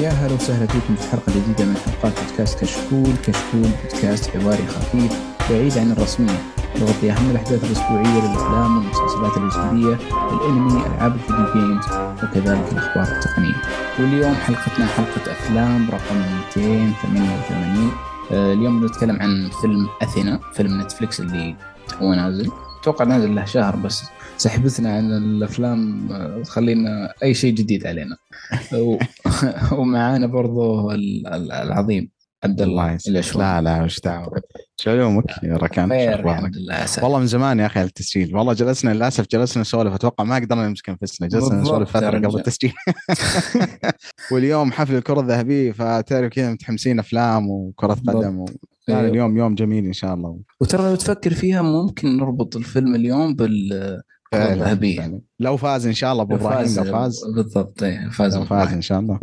يا هلا وسهلا فيكم في حلقة جديدة من حلقات بودكاست كشكول. كشكول بودكاست حواري خفيف بعيد عن الرسمية، يغطي أهم الأحداث الأسبوعية للأفلام والمسلسلات الأجنبية، الأنمي، ألعاب الفيديو جيمز، وكذلك الأخبار التقنية. واليوم حلقتنا حلقة أفلام رقم 288. اليوم نتكلم عن فيلم أثينا، فيلم نتفليكس اللي هو نازل، أتوقع نازل له شهر بس سحبتنا عن الأفلام تخلينا أي شيء جديد علينا. و- ومعانا برضو العظيم عبد الله الله يسلمك. الأشول. لا وش دعوة. شو علومك يا ركان، شو خير اخبارك؟ الحمد لله أسعد. والله من زمان يا اخي على التسجيل، والله جلسنا للاسف نسولف، اتوقع ما قدرنا نمسك انفسنا، جلسنا نسولف بالضبط يا فترة قبل رجال. التسجيل. واليوم حفل الكرة الذهبية، فتعرف كذا متحمسين افلام وكرة قدم بالضبط. لا إيه. اليوم يوم جميل ان شاء الله. وترى لو تفكر فيها ممكن نربط الفيلم اليوم بالكرة فعلا الذهبية. فعلا، لو فاز ان شاء الله ابو لو ابراهيم، فاز. لو فاز. بالضبط، إيه فاز لو أبو فاز إبراهيم. ان شاء الله.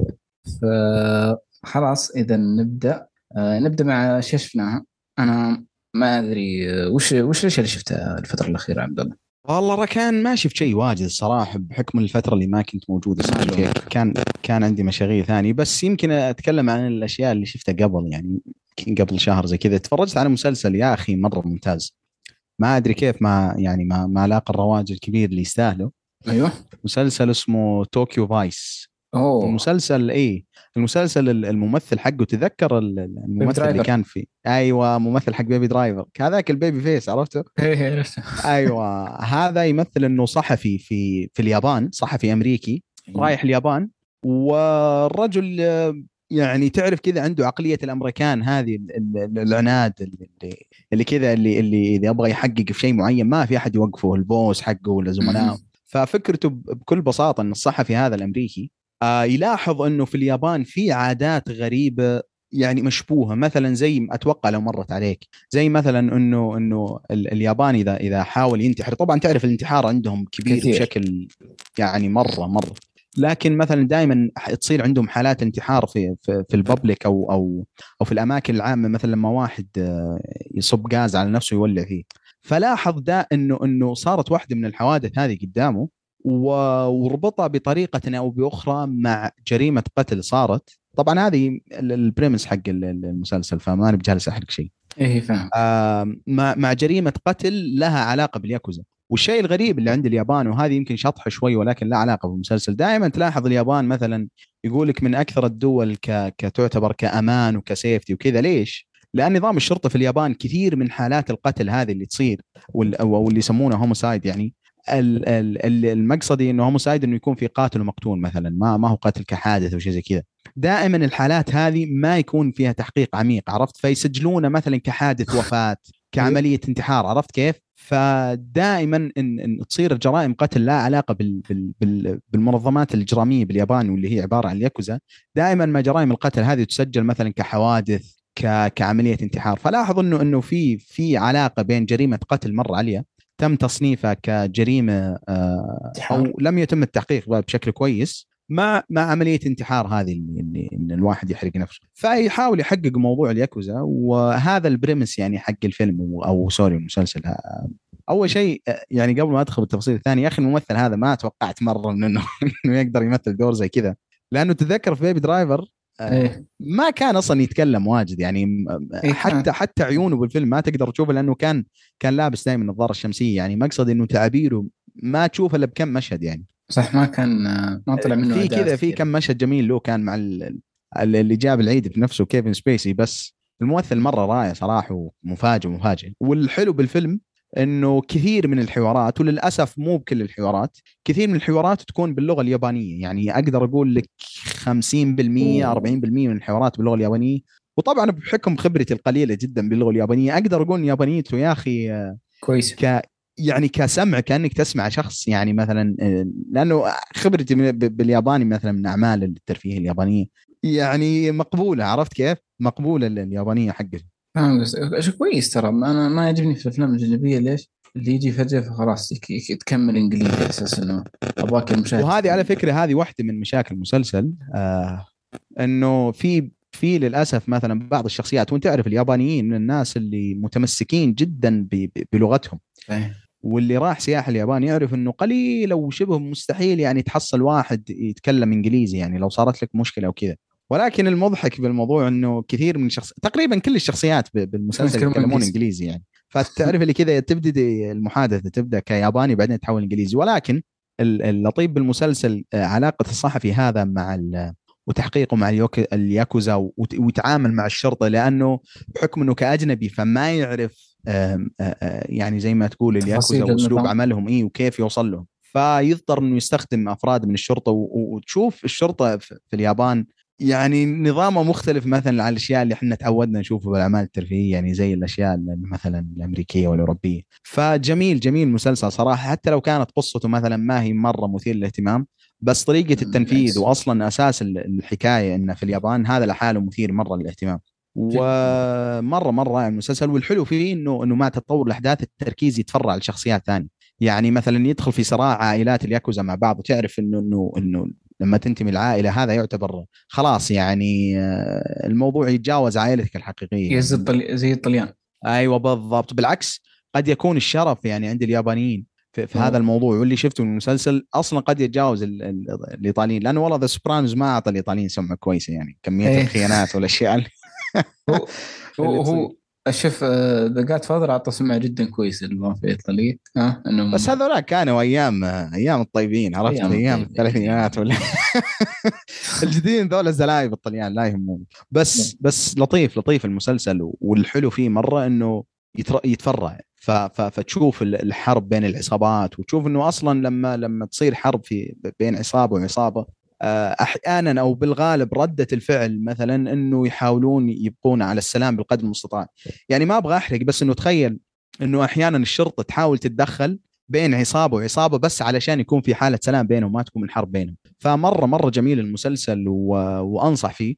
فخلاص إذا نبدأ. نبدأ مع شفناها. أنا ما أدري وش الأشياء اللي شفتها الفترة الأخيرة عبد الله. والله ركان ما شفت شيء واجد الصراحة، بحكم الفترة اللي ما كنت موجود، اسمه معلومة. كيف كان عندي مشاغيل ثانية، بس يمكن أتكلم عن الأشياء اللي شفتها قبل، يعني يمكن قبل شهر زي كذا تفرجت على مسلسل يا أخي مرة ممتاز. ما أدري كيف ما لاقى الرواج الكبير اللي يستاهله. أيوه. مسلسل اسمه طوكيو فايس. أوه. المسلسل المسلسل الممثل حقه، تذكر بيبي الممثل اللي درايفر. كان فيه، ايوه ممثل حق بيبي درايفر، هذاك البيبي فيس، عرفته؟ إيه عرفت. ايوه هذا يمثل انه صحفي في اليابان، صحفي امريكي رايح اليابان. والرجل يعني تعرف كذا عنده عقلية الامريكان هذه، العناد اللي كذا، اللي اذا يبغى يحقق في شيء معين ما في احد يوقفه، البوس حقه ولا زملائه. ففكرته بكل بساطة ان الصحفي هذا الامريكي يلاحظ انه في اليابان في عادات غريبة، يعني مشبوهة، مثلا زي اتوقع لو مرت عليك، زي مثلا انه اليابان اذا حاول ينتحر، طبعا تعرف الانتحار عندهم كبير كثير. بشكل يعني مره. لكن مثلا دائما تصير عندهم حالات انتحار في الببليك او في الاماكن العامه، مثلا لما واحد يصب غاز على نفسه يولع فيه. فلاحظ ده انه صارت واحده من الحوادث هذه قدامه، وربطها بطريقه او باخرى مع جريمه قتل صارت. طبعا هذه البريمس حق المسلسل، فما نبي جالس احرق شيء. ايه فاهم. مع جريمة قتل لها علاقة بالياكوزا. والشيء الغريب اللي عند اليابان، وهذه يمكن شطحة شوي ولكن لا علاقة بالمسلسل، دائما تلاحظ اليابان مثلا يقول لك من أكثر الدول كتعتبر كأمان وكسيفتي وكذا. ليش؟ لأن نظام الشرطة في اليابان كثير من حالات القتل هذه اللي تصير، أو اللي يسمونه هوموسايد، يعني المقصدي انه هوموسايد انه يكون في قاتل ومقتول مثلا، ما هو قتل كحادث او شيء زي كذا. دائما الحالات هذه ما يكون فيها تحقيق عميق، عرفت؟ فيسجلونه مثلا كحادث وفاة، ايوه. كعملية انتحار، عرفت كيف؟ فدائما إن تصير جرائم قتل لا علاقة بالمنظمات الإجرامية باليابان، واللي هي عبارة عن الياكوزا. دائما ما جرائم القتل هذه تسجل مثلا كحوادث، كعملية انتحار. فلاحظ انه في علاقة بين جريمة قتل مرة عالية تم تصنيفها كجريمة، انتحار. او لم يتم التحقيق بها بشكل كويس، مع عمليه انتحار هذه اللي ان الواحد يحرق نفسه، فيحاول يحقق موضوع الياكوزا. وهذا البريمس يعني حق الفيلم، او سوري المسلسل. اول شيء يعني قبل ما ادخل بالتفاصيل الثانيه، يا اخي الممثل هذا ما توقعت مره انه انه يقدر يمثل دور زي كذا. لانه تذكر في بيبي درايفر ايه. ما كان اصلا يتكلم واجد، يعني ايه كان. حتى عيونه بالفيلم ما تقدر تشوفه، لانه كان لابس دائما النظاره الشمسيه، يعني مقصد انه تعابيره ما تشوفه الا بكم مشهد يعني. صح، ما كان. ما طلع منه في اداءات كذا في كثيره. كم مشهد جميل له كان مع اللي جاب العيد بنفسه، كيفن سبيسي. بس الممثل مره رائع صراحه، ومفاجئ. والحلو بالفيلم انه كثير من الحوارات، وللاسف مو بكل الحوارات، كثير من الحوارات تكون باللغه اليابانيه، يعني اقدر اقول لك 50% اوه. 40% من الحوارات باللغه اليابانيه. وطبعا بحكم خبرتي القليله جدا باللغه اليابانيه، اقدر اقول ان يابانيته يا اخي كويس. ك يعني كسمع، كانك تسمع شخص، يعني مثلا لانه خبرتي بالياباني مثلا من اعمال الترفيه اليابانيه، يعني مقبوله، عرفت كيف؟ مقبوله اليابانيه حقته. فاهم، بس كويس ترى. انا ما يعجبني في الافلام الاجنبيه ليش؟ اللي يجي فجاه فخلاص تكمل انجليزي على اساس انه ابغاك المشاهد وهذه على تفهم. فكره هذه واحده من مشاكل المسلسل، انه في للاسف مثلا بعض الشخصيات، وانت تعرف اليابانيين من الناس اللي متمسكين جدا بلغتهم. فاهم. واللي راح سياحة اليابان يعرف انه قليل او شبه مستحيل يعني تحصل واحد يتكلم انجليزي، يعني لو صارت لك مشكلة او كذا. ولكن المضحك بالموضوع انه كثير من تقريبا كل الشخصيات بالمسلسل يتكلمون انجليزي يعني. فتعرف اللي كذا تبدا المحادثه تبدا كياباني بعدين تحول انجليزي. ولكن اللطيف بالمسلسل علاقه الصحفي هذا مع وتحقيقه مع الياكوزا ويتعامل مع الشرطه، لانه بحكم انه كاجنبي فما يعرف يعني زي ما تقول الياكوزا واسلوب عملهم وكيف يوصل لهم، فيضطر انه يستخدم افراد من الشرطه. وتشوف الشرطه في اليابان يعني نظامه مختلف مثلا عن الاشياء اللي احنا تعودنا نشوفه بالاعمال الترفيهيه، يعني زي الاشياء مثلا الامريكيه والاوروبيه. فجميل جميل المسلسل صراحه، حتى لو كانت قصته مثلا ما هي مره مثير للاهتمام، بس طريقه التنفيذ واصلا اساس الحكايه انه في اليابان هذا لحاله مثير مره للاهتمام. ومره مره رائع المسلسل. والحلو فيه انه مع تطور الاحداث التركيز يتفرع لشخصيات ثانيه. يعني مثلا يدخل في صراع عائلات الياكوزا مع بعض، وتعرف انه لما تنتمي العائله هذا يعتبر خلاص يعني الموضوع يتجاوز عائلتك الحقيقيه زي الطليان. ايوه بالضبط. بالعكس قد يكون الشرف يعني عند اليابانيين في هذا الموضوع، واللي شفته من المسلسل اصلا قد يتجاوز الايطاليين، لانه والله ذا سوبرانوس ما اعطى الايطاليين سمعه كويسه يعني كميه الخيانات والاشياء هو شوف ذا جاد فاذر اعطى سمعه جدا كويسه للمافيا الايطاليه بس هذول كانوا ايام الطيبين، عرفت ايام الثلاثينات ولا الجديدين ذول الزلايب الطليان لا يهمون. بس لطيف المسلسل. والحلو فيه مره انه يتفرع فتشوف الحرب بين العصابات، وتشوف انه اصلا لما تصير حرب بين عصابه وعصابه احيانا او بالغالب رده الفعل مثلا انه يحاولون يبقون على السلام بالقدر المستطاع. يعني ما ابغى احرق، بس انه تخيل انه احيانا الشرطه تحاول تتدخل بين عصابه وعصابه بس علشان يكون في حاله سلام بينهم، ما تكون الحرب بينهم. فمره جميل المسلسل وانصح فيه.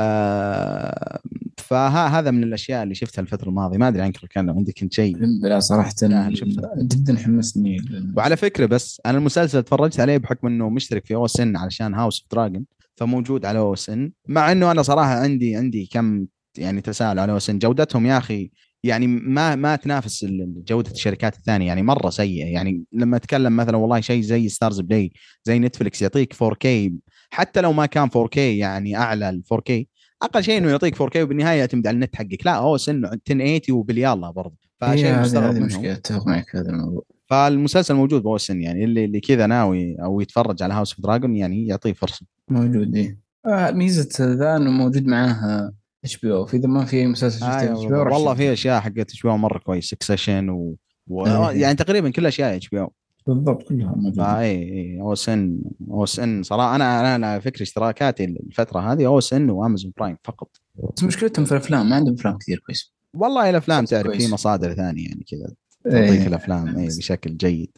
فهذا من الاشياء اللي شفتها الفتره الماضيه. ما ادري عنك كان عندك انت شيء؟ لا صراحه جدا حمسني. وعلى فكره بس انا المسلسل تفرجت عليه بحكم انه مشترك في OSN علشان هاوس اوف دراجون، فموجود على OSN. مع انه انا صراحه عندي كم يعني تساؤل على OSN. جودتهم يا اخي يعني ما تنافس جوده الشركات الثانيه، يعني مره سيئه. يعني لما اتكلم مثلا والله شيء زي ستارز بلاي زي نتفلكس يعطيك 4K، حتى لو ما كان 4K يعني اعلى ال 4K، اقل شيء انه يعطيك 4K وبالنهايه يعتمد على النت حقك. لا هو سنه 1080 وباليالله برضه، فشيء مستغرب منه. مشكله اتفق معك هذا الموضوع. فالمسلسل موجود بوسن، يعني اللي كذا ناوي او يتفرج على هاوس اوف دراجون يعني يعطيه فرصه. موجود ايه. ميزه ذا انه موجود معاه HBO، فاذا ما في اي مسلسل شفته والله في اشياء حقت HBO مره كويس، سكسيشن يعني تقريبا كل اشياء HBO بالضبط كلها موجوده. اي OSN صراحه انا فكري اشتراكاتي الفتره هذه OSN وامازون برايم فقط. بس مشكلتهم في الافلام ما عندهم افلام كثير كويس. والله الافلام تعرف في مصادر ثانيه يعني كذا تعطيك الافلام بشكل جيد.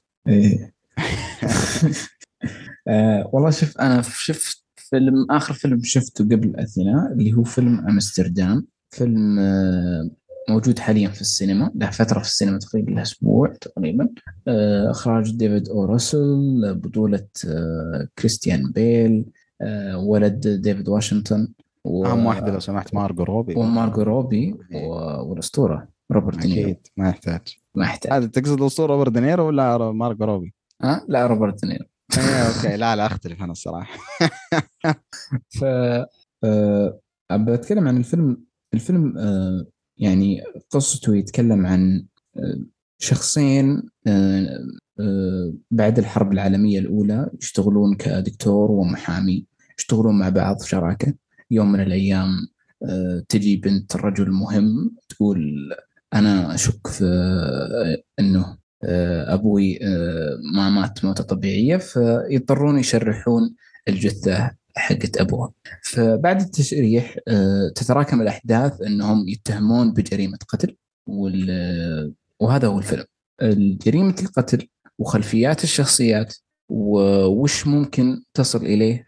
والله شوف انا شفت فيلم، اخر فيلم شفته قبل اثينا اللي هو فيلم امستردام. فيلم موجود حاليا في السينما، له فترة في السينما تقريبا أسبوع تقريبا. إخراج ديفيد أو راسل، بطولة كريستيان بيل، ولد ديفيد واشنطن، أهم واحدة لو سمحت مارغو روبي. ومارغو روبي والأسطورة روبرت دينيرو. أكيد ما يحتاج. هذا تقصد الأسطورة روبرت دينيرو ولا مارغو روبي؟ لا روبرت دينيرو. أوكي لا أختلف أنا الصراحة. بتكلم عن الفيلم يعني قصته يتكلم عن شخصين بعد الحرب العالمية الأولى يشتغلون كدكتور ومحامي، يشتغلون مع بعض شراكة. يوم من الأيام تجي بنت الرجل المهم تقول أنا أشك في أنه أبوي ما مات موتة طبيعية، فيضطرون يشرحون الجثة حقت أبوها. فبعد التشريح تتراكم الأحداث أنهم يتهمون بجريمة قتل، وهذا هو الفيلم. جريمة القتل وخلفيات الشخصيات وش ممكن تصل إليه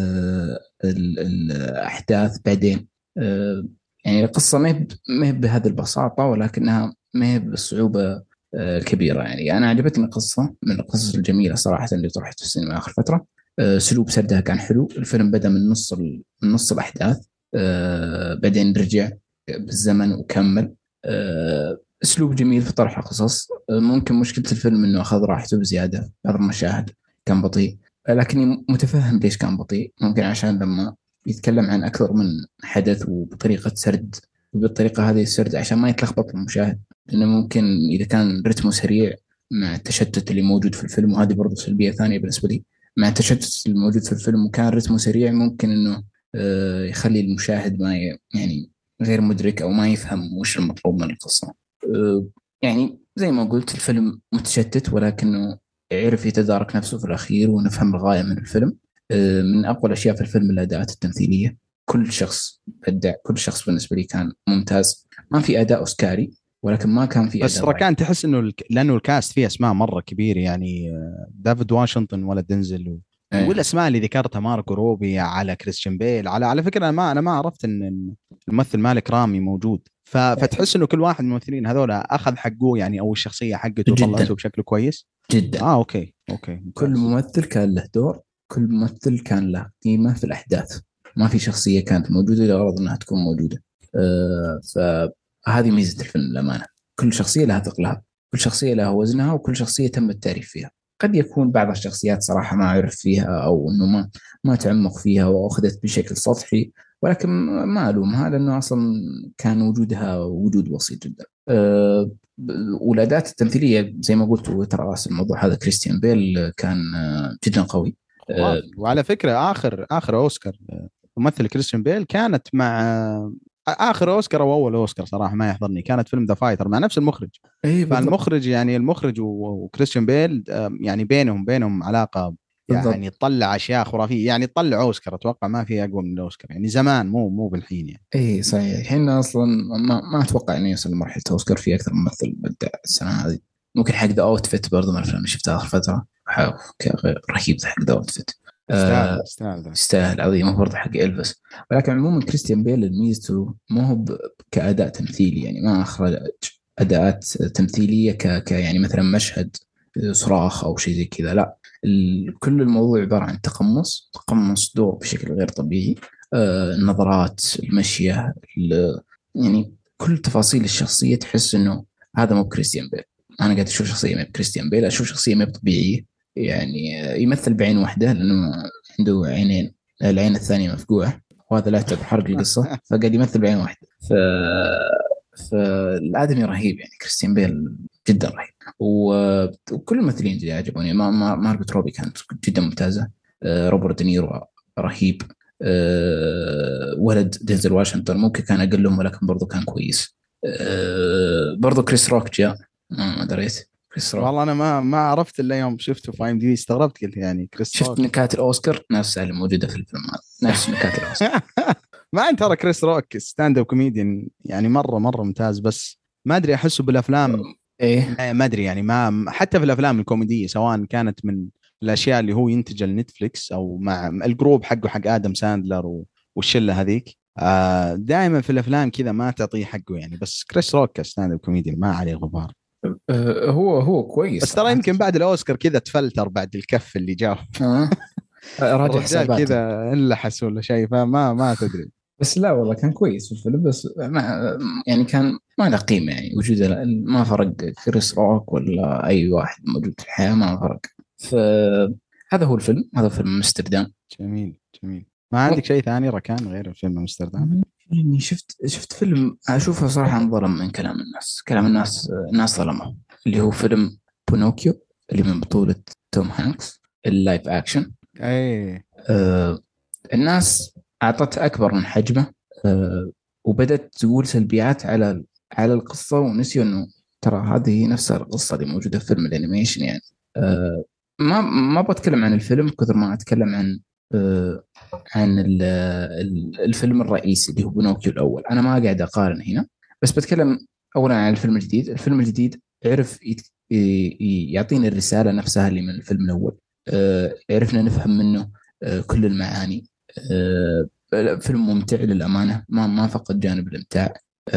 الأحداث بعدين. يعني القصة ما هي بهذه البساطة، ولكنها ما هي بالصعوبة الكبيرة. يعني أنا عجبتني قصة من القصص الجميلة صراحة اللي طرحت في السينما آخر فترة. سلوب سردها كان حلو. الفيلم بدأ من نص الأحداث، بعدين رجع بالزمن وكمل. أسلوب جميل في طرح قصص. ممكن مشكلة الفيلم إنه أخذ راحته بزيادة، بعض المشاهد كان بطيء، لكني متفهم ليش كان بطيء. ممكن عشان لما يتكلم عن أكثر من حدث وبطريقة سرد، وبالطريقة هذه السرد عشان ما يتلخبط المشاهد، لأنه ممكن إذا كان رتمه سريع مع التشتت اللي موجود في الفيلم، وهذه برضو سلبية ثانية بالنسبة لي، مع التشتت الموجود في الفيلم وكان رتمه سريع ممكن إنه يخلي المشاهد ما يعني غير مدرك أو ما يفهم وش المطلوب من القصة. يعني زي ما قلت الفيلم متشتت، ولكنه عرف يتدارك نفسه في الأخير ونفهم الغاية من الفيلم. من أقوى الأشياء في الفيلم الأداءات التمثيلية، كل شخص بدع، كل شخص بالنسبة لي كان ممتاز. ما في أداء أوسكاري، ولكن ما كان في بس أداء ركان تحس انه لانه الكاست فيه اسماء مره كبيره، يعني دافيد واشنطن ولا دينزل ضعيف. والاسماء اللي ذكرتها، ماركو روبي، على كريستيان بيل، على فكره انا ما عرفت ان الممثل مالك رامي موجود. فتحس انه كل واحد من الممثلين هذول اخذ حقه يعني، او الشخصيه حقته جدا طلعته بشكل كويس. جدا. اوكي كل ممتاز. ممثل كان له دور، كل ممثل كان له قيمة في الأحداث. ما في شخصية كانت موجودة لغرض أنها تكون موجودة. فهذه ميزة الفيلم للأمانة. كل شخصية لها ثقلها، كل شخصية لها وزنها، وكل شخصية تم التعريف فيها. قد يكون بعض الشخصيات صراحة ما عرف فيها، أو أنه ما تعمق فيها وأخذت بشكل سطحي، ولكن ما ألومها لأنه أصلا كان وجودها وجود بسيط جدا. والأداء التمثيلية زي ما قلت، وترى رأس الموضوع هذا كريستيان بيل كان جدا قوي. وعلى فكره اخر اوسكار ممثل كريستيان بيل كانت مع اخر اوسكار او اول اوسكار صراحه ما يحضرني، كانت فيلم ذا فايتر مع نفس المخرج. اي بالضبط. فالمخرج يعني المخرج وكريستيان بيل يعني بينهم علاقه، بالضبط. يعني تطلع اشياء خرافيه، يعني تطلع اوسكار اتوقع ما في اقوى من الاوسكار يعني زمان، مو بالحين يعني. اي صحيح. الحين اصلا ما اتوقع انه يوصل لمرحله اوسكار في اكثر من ممثل بدع السنه هذه. ممكن حق ذا اوتفيت برضه من الافلام اللي شفتها اخر فتره، رهيب حق ذا اوتفيت. يستاهل ذا. يستاهل عظيم برضه حق إلفيس. ولكن عموما كريستيان بيل ميزته ما هو كأداء تمثيلي، يعني ما أخرج أداءات تمثيلية يعني مثلا مشهد صراخ أو شيء زي كذا، لا. كل الموضوع عبارة عن تقمص دور بشكل غير طبيعي. النظرات، المشية، يعني كل تفاصيل الشخصية تحس إنه هذا مو كريستيان بيل. أنا قاعد أشوف شخصية ما كريستيان بيل، أشوف شخصية ما طبيعية. يعني يمثل بعين واحدة لأنه عنده عينين، العين الثانية مفقوعة، وهذا لا يعتبر حرق القصة، فقاعد يمثل بعين واحدة. فالآدمي رهيب يعني، كريستيان بيل جدا رهيب. وكل الممثلين اللي عجبوني، مارغوت روبي كانت جدا ممتازة. روبرت دينيرو رهيب. ولد دينزل واشنطن ممكن كان أقلهم، ولكن برضو كان كويس. برضو كريس روك جاء، ما دريت. كريس روك والله انا ما عرفت الا يوم شفته في IMDb استغربت، قلت يعني كريس شفت روك. نكات الأوسكار نفسها اللي موجودة في الفيلم هذا، نفس نكات الأوسكار. ما انت ترى كريس روك ستاند اب كوميديان يعني مره ممتاز، بس ما ادري احسه بالافلام ايه. ما ادري يعني، ما حتى في الافلام الكوميديه سواء كانت من الاشياء اللي هو ينتج لنتفليكس او مع الجروب حقه حق ادم ساندلر والشله هذيك، دائما في الافلام كذا ما تعطيه حقه يعني. بس كريس روك ستاند اب كوميديان ما عليه غبار. هو كويس بس ترى صراحة. يمكن بعد الاوسكار كذا تفلتر بعد الكف اللي جاب. راجع الرجال حساباته. كذا انلحس ولا شيء، فما تدري. بس لا والله كان كويس في الفيلم، بس ما يعني كان ما له قيمة يعني وجوده، ما فرق كريس روك ولا أي واحد موجود في الحياة، ما فرق. فهذا هو الفيلم، هذا فيلم أمستردام. جميل. ما عندك شيء ثاني ركان غير فيلم أمستردام؟ يعني شفت فيلم أشوفه صراحة انظلم من كلام الناس ظلمه، اللي هو فيلم بونوكيو، اللي من بطولة توم هانكس، اللايف أكشن. اي الناس أعطت أكبر من حجمه. وبدأت تقول سلبيات على القصة، ونسيوا إنه ترى هذه نفسها القصة اللي موجودة في فيلم الأنيميشن يعني. ما بتكلم عن الفيلم كثر ما أتكلم عن الفيلم الرئيسي اللي هو بنوكيو الأول. أنا ما قاعد أقارن هنا، بس بتكلم أولا عن الفيلم الجديد. الفيلم الجديد عرف يعطينا الرسالة نفسها اللي من الفيلم الأول. عرفنا نفهم منه كل المعاني. فيلم ممتع للأمانة، ما فقد جانب الإمتاع.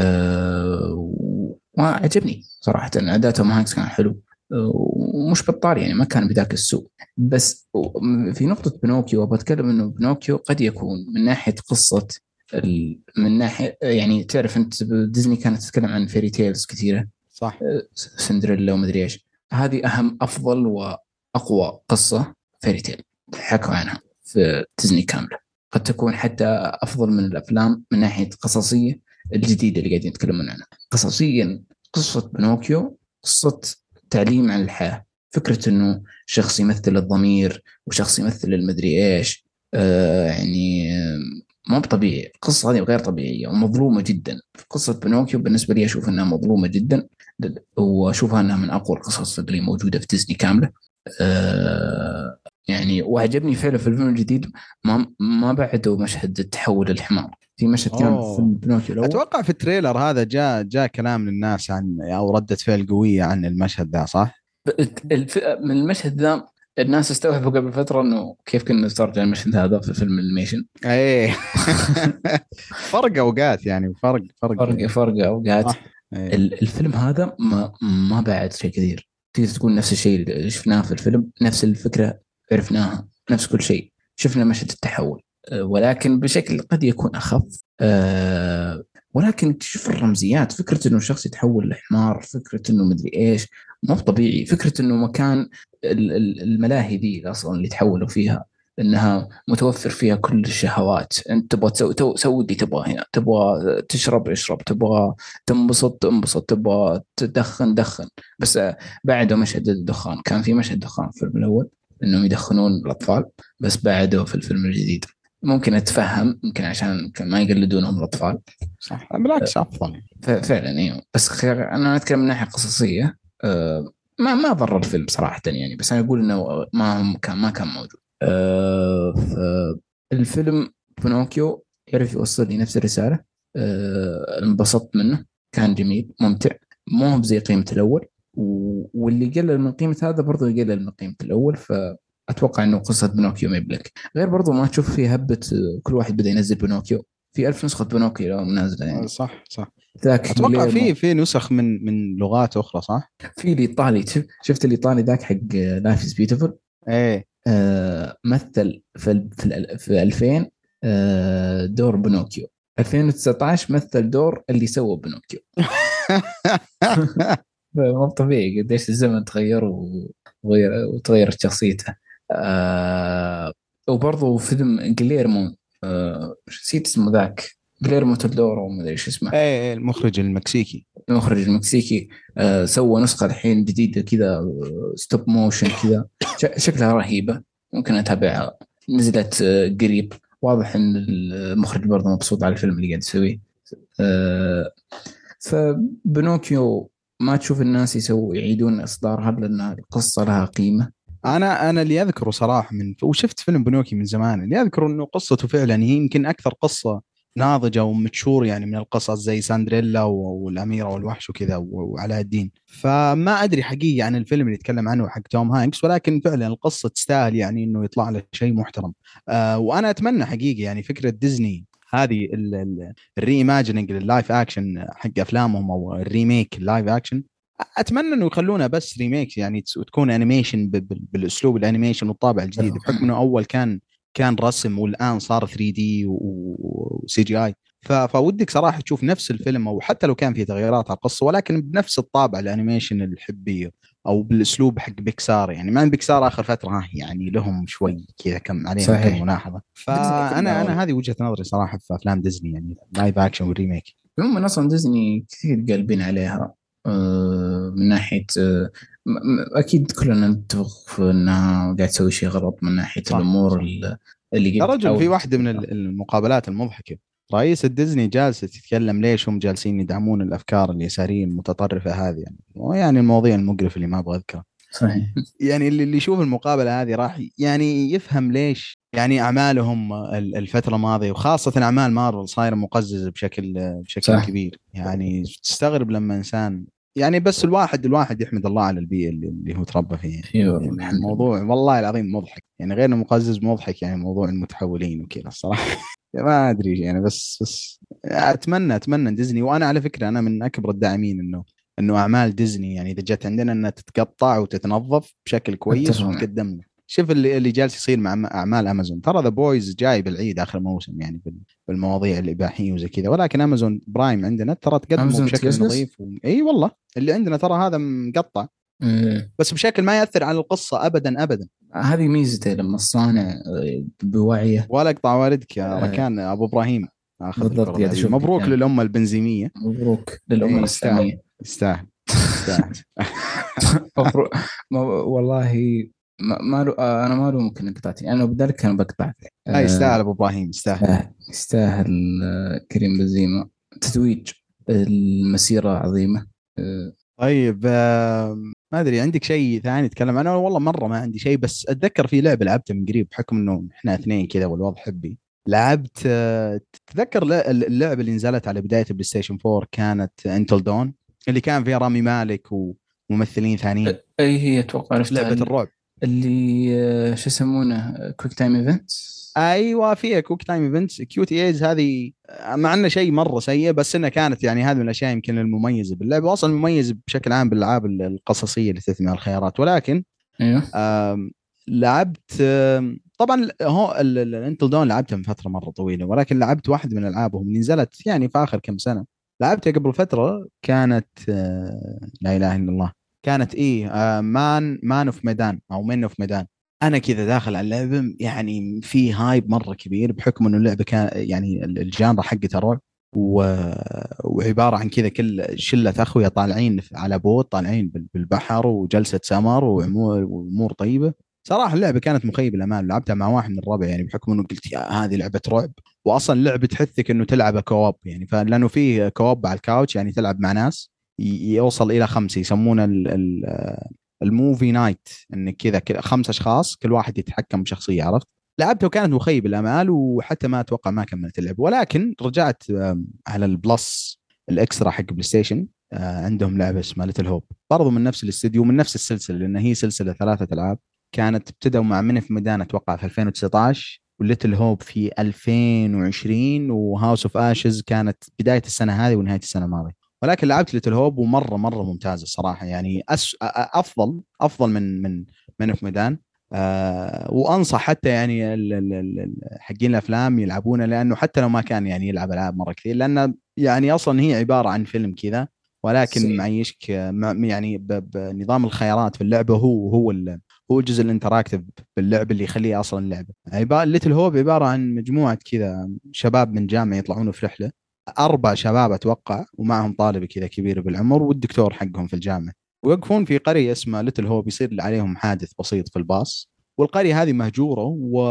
وعجبني صراحة. أداء توم هانكس كان حلو، ومش بطال يعني، ما كان بذاك السوء. بس في نقطة بنوكيو بتكلم إنه بنوكيو قد يكون من ناحية قصة، من ناحية يعني تعرف أنت ديزني كانت تتكلم عن فيري تيلز كثيرة، صح. سندريلا ومدري إيش. هذه أفضل وأقوى قصة فيري تيل حكوا عنها في ديزني كاملة. قد تكون حتى أفضل من الأفلام من ناحية قصصية الجديدة اللي قاعدين يتكلمون عنها. قصصيا قصة بنوكيو قصة تعليم عن الحياة، فكرة إنه شخص يمثل الضمير وشخص يمثل المدري إيش، يعني ما بطبيعي. القصة هذه غير طبيعية ومظلومة جدا. قصة بنوكيو بالنسبة لي أشوف أنها مظلومة جدا، وأشوفها أنها من أقوى القصص اللي موجودة في ديزني كاملة. يعني وعجبني فعلا في الفيلم الجديد ما بعده مشهد التحول الحمار. في مشهد كان في بنوكيو الأول، أتوقع في التريلر هذا جاء كلام للناس عن أو ردة فعل قوية عن المشهد ده، صح؟ من المشهد ذا الناس استوعبوا قبل فترة إنه كيف كنا نسترجع المشهد هذا في فيلم الانيميشن. ايه فرق اوقات يعني، فرق اوقات. الفيلم هذا ما بعد شيء كثير تقدر تقول نفس الشيء اللي شفناه في الفيلم، نفس الفكرة عرفناها، نفس كل شيء، شفنا مشهد التحول ولكن بشكل قد يكون أخف. ولكن تشوف الرمزيات، فكرة إنه شخص يتحول لحمار، فكرة إنه مدري إيش، مو طبيعي. فكرة إنه مكان الملاهي دي أصلا اللي تحولوا فيها انها متوفر فيها كل الشهوات، انت تبغى سوي اللي تبغى هنا، تبغى تشرب اشرب، تبغى تنبسط، تبغى دخن. بس بعده مشهد الدخان، كان في مشهد دخان في الفيلم الاول انهم يدخنون الاطفال، بس بعده في الفيلم الجديد ممكن اتفهم، يمكن عشان ما يقلدونهم الاطفال. صح، بالعكس افضل فعلا ايوه. بس انا اتكلم من ناحيه قصصيه، ما ضر الفيلم صراحه يعني، بس انا اقول انه ما كان موجود. الفيلم بنوكيو يعرف يوصل لي نفس الرسالة. انبسطت منه، كان جميل ممتع، مو بزي قيمة الأول، واللي قلل من قيمة هذا برضو يقلل من قيمة الأول. فأتوقع أنه قصة بنوكيو ما يبلك غير، برضو ما تشوف فيه هبة كل واحد بدأ ينزل بنوكيو، في 1000 نسخة بنوكيو لو نازلة يعني. صح أتوقع في نسخ من لغات أخرى، صح؟ في الإيطالي، شفت الإيطالي ذاك حق لايف از بيوتيفول. ايه مثل في 2000 دور بنوكيو، 2019 مثل دور اللي سوى بنوكيو. مو طبيعي قديش الزمن تغير وتغيرت شخصيته. وبرضه فيلم جليرمو، نسيت اسمه ذاك، جليرمو تودورو ما ادري ايش اسمه. ايه المخرج المكسيكي سوى نسخة الحين جديدة كذا، ستوب موشن كذا، شكلها رهيبة، ممكن أتابعها، نزلت قريب. واضح أن المخرج برضه مبسوط على الفيلم اللي قاعد يسويه. فبنوكيو ما تشوف الناس يعيدون إصدارها لأن القصة لها قيمة. أنا اللي أذكره صراحة وشفت فيلم بنوكي من زمان، اللي أذكره إنه قصته فعلا هي يمكن أكثر قصة ناضجة ومتشور يعني من القصص زي ساندريلا والأميرة والوحش وكذا وعلاء الدين. فما أدري حقيقة عن الفيلم اللي يتكلم عنه حق توم هانكس، ولكن فعلا القصة تستاهل يعني إنه يطلع له شيء محترم. وأنا أتمنى حقيقة يعني فكرة ديزني هذه الريماجيننج لللايف أكشن حق أفلامهم أو الريميك اللايف أكشن، اتمنى انه يخلونها بس ريميك يعني تكون انيميشن بالاسلوب الانيميشن والطابع الجديد، بحكم انه اول كان رسم والان صار 3 دي وسي جي اي. فودك صراحه تشوف نفس الفيلم او حتى لو كان في تغييرات على القصه ولكن بنفس الطابع الانيميشن الحبيه او بالاسلوب حق بيكسار. يعني مع بيكسار اخر فتره يعني لهم شوي كذا كم عليهم كم ملاحظه. فانا هذه وجهه نظري صراحه في افلام ديزني يعني لايف اكشن والريميك. هم اصلا ديزني كثير قلبين عليها من ناحية أكيد كلنا نتفق أنها قاعد تسوي شيء غلط من ناحية صح الأمور صح. اللي يا رجل في واحدة من المقابلات المضحكة رئيس ديزني جالسة تتكلم ليش هم جالسين يدعمون الأفكار اليسارية المتطرفة هذه يعني المواضيع المقرفة اللي ما أبغى أذكرها. صحيح. يعني اللي يشوف المقابلة هذه راح يعني يفهم ليش يعني أعمالهم الفترة الماضية وخاصة أعمال مارفل صايرة مقززة بشكل صح. كبير. يعني تستغرب لما إنسان يعني بس الواحد يحمد الله على البيئة اللي هو تربى فيها. يعني الموضوع والله العظيم مضحك يعني، غير مقزز مضحك يعني موضوع المتحولين وكذا الصراحة. ما أدري يعني بس أتمنى ديزني. وأنا على فكرة أنا من أكبر الداعمين إنه أعمال ديزني يعني إذا جت عندنا أنها تتقطع وتتنظف بشكل كويس وتقدم لنا. شوف اللي جالس يصير مع أعمال أمازون. ترى ذا بويز جاي بالعيد آخر موسم يعني بالمواضيع الإباحية وزي كذا، ولكن أمازون برايم عندنا ترى تقدمه بشكل نظيف أي والله اللي عندنا ترى هذا مقطع بس بشكل ما يأثر على القصة أبدا أبدا. هذه ميزته لما الصانع بوعيه. ولا أقطع والدك يا ركان أبو إبراهيم أخذ بالضبط، الكرة هذه. مبروك للأمة البنزيمية، مبروك للأمة الإسلامية. يستاهل. والله ما أنا ما ممكن انقطعتي، أنا بذلك كان بقطع. يستاهل أبو إبراهيم، يستاهل كريم بنزيما. تتويج المسيرة عظيمة. طيب ما أدري عندك شيء ثاني تتكلم عنه؟ والله مرة ما عندي شيء، بس أتذكر في لعبة لعبتها من قريب بحكم إنه إحنا اثنين كذا والوضع حبي. لعبت تتذكر اللعبة اللي نزلت على بداية بلاي ستيشن 4 كانت انتل دون، اللي كان فيها رامي مالك وممثلين ثانيين. أي هي أتوقع لعبة الرعب اللي شو يسمونه كويك تايم ايفنت. ايوه فيها كويك تايم ايفنتس. كيو تي ايز هذه مع انه شيء مره سيء، بس انها كانت يعني هذه من الاشياء يمكن المميزه باللعبه، واصلا المميز بشكل عام بالالعاب القصصيه اللي تعتمد على الخيارات. ولكن ايوه لعبت طبعا هو الانتل دون لعبتها من فتره مره طويله، ولكن لعبت واحد من العابهم اللي نزلت يعني في اخر كم سنه. لعبتها قبل فتره، كانت لا اله الا الله، كانت مان اوف ميدان او مين اوف ميدان. انا كذا داخل على اللعبه يعني في هايب مره كبير بحكم انه اللعبه كان يعني الجانرا حقتها رعب وعباره عن كذا كل شله اخويا طالعين على بوت، طالعين بالبحر وجلسه سمر وامور طيبه. صراحه اللعبه كانت مخيبه الامال. لعبتها مع واحد من الربع يعني بحكم انه قلت يا هذه لعبه رعب، واصلا لعبه تحثك انه تلعب كواب يعني، فلانه في كواب على الكاوتش يعني تلعب مع ناس يوصل الى 5، يسمونه الموفي نايت، انك كذا 5 اشخاص كل واحد يتحكم بشخصيه. عرفت؟ لعبته وكانت مخيب الامال، وحتى ما اتوقع ما كملت اللعب. ولكن رجعت على البلس الاكسترا حق بلاي ستيشن، عندهم لعبه اسمها ليتل هوب، برضو من نفس الاستديو من نفس السلسله، لان هي سلسله 3 العاب. كانت ابتدوا مع من في ميدان اتوقع في 2019، وليتل هوب في 2020، وهاوس اوف اشز كانت بدايه السنه هذه ونهايه السنه الماضيه. ولكن لعبت ليتل هوب ومره مره ممتازه الصراحه يعني، افضل من اوف ميدان. وانصح حتى يعني حقين الافلام يلعبونه، لانه حتى لو ما كان يعني يلعب العاب مره كثير، لان يعني اصلا هي عباره عن فيلم كذا، ولكن معيشك يعني بنظام الخيارات في اللعبه. هو الجزء الانتراكتيف باللعبه اللي يخليه اصلا اللعبه. ليتل هوب عباره عن مجموعه كذا شباب من جامعه يطلعون في رحله، 4 شباب اتوقع، ومعهم طالب كذا كبير بالعمر والدكتور حقهم في الجامعه، ويوقفون في قريه اسمها ليتل هوب، يصير عليهم حادث بسيط في الباص، والقريه هذه مهجوره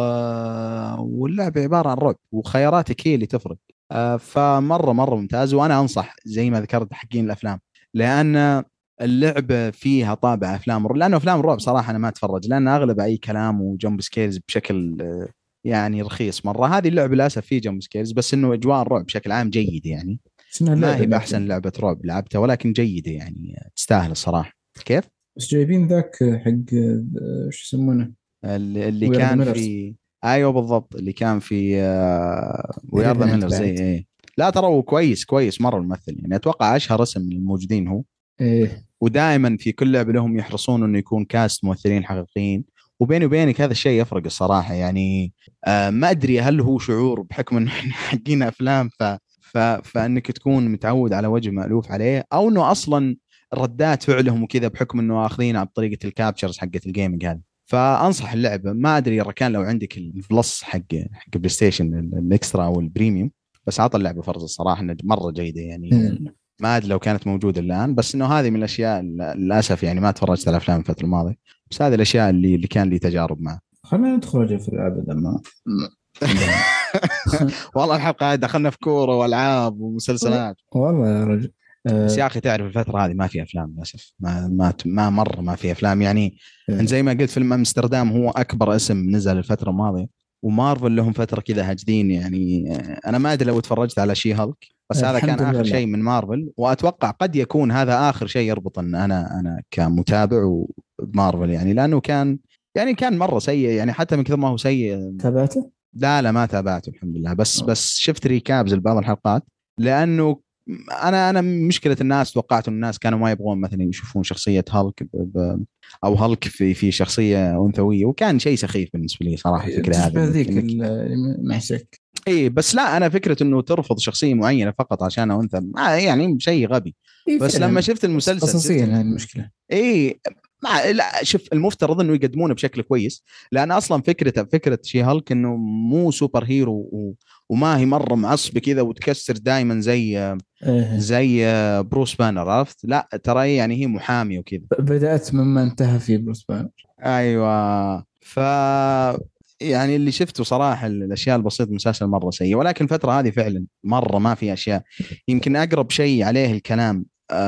واللعبه عباره عن رعب، وخياراتك هي اللي تفرق. فمره مره ممتاز، وانا انصح زي ما ذكرت حقين الافلام، لان اللعبه فيها طابع افلام، لانه افلام الرعب صراحه انا ما اتفرج، لان اغلب اي كلام وجمب سكيلز بشكل يعني رخيص مره. هذه اللعبه للاسف فيه جمب سكيلز، بس انه اجواء الرعب بشكل عام جيده يعني. ما هي باحسن لعبه رعب لعبتها، ولكن جيده يعني، تستاهل الصراحه. كيف بس جايبين ذاك حق شو يسمونه اللي كان في ايوه بالضبط، اللي كان في ويار ذا ميلر زي لا ترى هو كويس مره الممثل يعني، اتوقع اشهر اسم من الموجودين هو. ودائما في كل لعبه لهم يحرصون انه يكون كاست ممثلين حقيقيين، وبيني وبينك هذا الشيء يفرق الصراحه يعني. ما ادري هل هو شعور بحكم انه احنا حقين افلام فانك تكون متعود على وجه مألوف عليه، او انه اصلا ردات فعلهم وكذا بحكم انه اخذين على طريقه الكابتشرز حقت الجيمنج هذه. فانصح اللعبه. ما ادري ركان لو عندك البلس حق بلاي ستيشن الاكسترا او البريميوم، بس عطى اللعبه فرصه الصراحه انها مره جيده يعني. ما ادري لو كانت موجوده الان، بس انه هذه من الاشياء للاسف يعني ما تفرجت على الافلام الفتره الماضيه، بس هذه الاشياء اللي كان لي تجارب معها. خلينا ندخل في الالعاب لما والله الحلقه دخلنا في كوره والعاب ومسلسلات والله يا رجل. بس يا اخي تعرف الفتره هذه ما في افلام للاسف، ما مره ما في افلام يعني. زي ما قلت فيلم امستردام هو اكبر اسم نزل الفتره الماضيه، ومارفل لهم فتره كذا هاجدين يعني. انا ما ادري لو تفرجت على شي هالك، بس هذا كان اخر شيء من مارفل، واتوقع قد يكون هذا اخر شيء يربط ان انا كمتابع ومارفل يعني، لانه كان مره سيء يعني، حتى من كثر ما هو سيء. تابعته؟ لا ما تابعته الحمد لله، بس شفت ريكابز لبعض الحلقات، لانه انا مشكله الناس توقعت ان الناس كانوا ما يبغون مثلا يشوفون شخصيه هالك او هالك في شخصيه انثويه، وكان شيء سخيف بالنسبه لي صراحه الفكره هذه. ذيك ما يشك. اي بس لا، انا فكره انه ترفض شخصيه معينه فقط عشان انثى يعني شيء غبي. بس لما شفت المسلسل قصصيا هذه المشكله. اي لا شوف، المفترض انه يقدمونه بشكل كويس، لان اصلا فكره شي هالك انه مو سوبر هيرو وما هي مره معصبه كذا وتكسر دائما إيه. زي بروس بانر، عرفت؟ لا ترى يعني هي محامي وكذا. بدأت مما انتهى في بروس بانر. ايوه. يعني اللي شفته صراحه الاشياء البسيطه من المسلسل مره سيء، ولكن الفتره هذه فعلا مره ما في اشياء. يمكن اقرب شيء عليه الكلام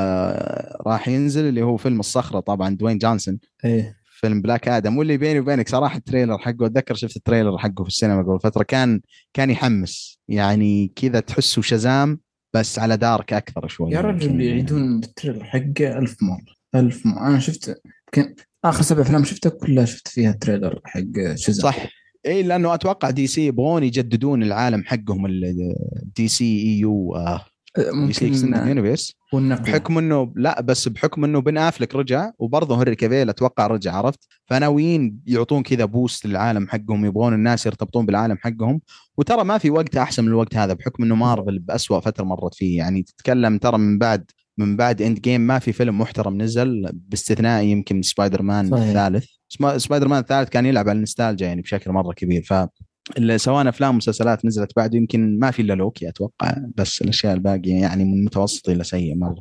راح ينزل اللي هو فيلم الصخره، طبعا دوين جونسون، ايه فيلم بلاك ادم. واللي بيني وبينك صراحه التريلر حقه، اتذكر شفت التريلر حقه في السينما قبل فتره، كان يحمس يعني، كذا تحسه شزام بس على دارك اكثر شوي يا رجل، يمكن يعني. يعيدون التريلر حقه 1000 مرة 1000 مرة. أنا شفت يمكن آخر 7 أفلام شفتها كلها شفت فيها التريلر حق شزام. صح. اي لانه اتوقع دي سي يبغون يجددون العالم حقهم، الدي سي اي يو، دي سي ممكن اكستندد يونيفرس. والنقلة. بحكم انه لا، بس بحكم انه بن افلك رجع وبرضه هنري كافيل اتوقع رجع، عرفت؟ فناويين يعطون كذا بوست للعالم حقهم، يبغون الناس يرتبطون بالعالم حقهم. وترى ما في وقت احسن من الوقت هذا، بحكم انه مارفل بأسوأ فتره مرت فيه. يعني تتكلم ترى من بعد اند جيم ما في فيلم محترم نزل، باستثناء يمكن سبايدر مان صحيح. الثالث. سبايدر مان الثالث كان يلعب على النستالجيا يعني بشكل مره كبير. سواء افلام ومسلسلات نزلت بعده يمكن ما في الا لوكي اتوقع، بس الاشياء الباقيه يعني من متوسط الى سيء مره.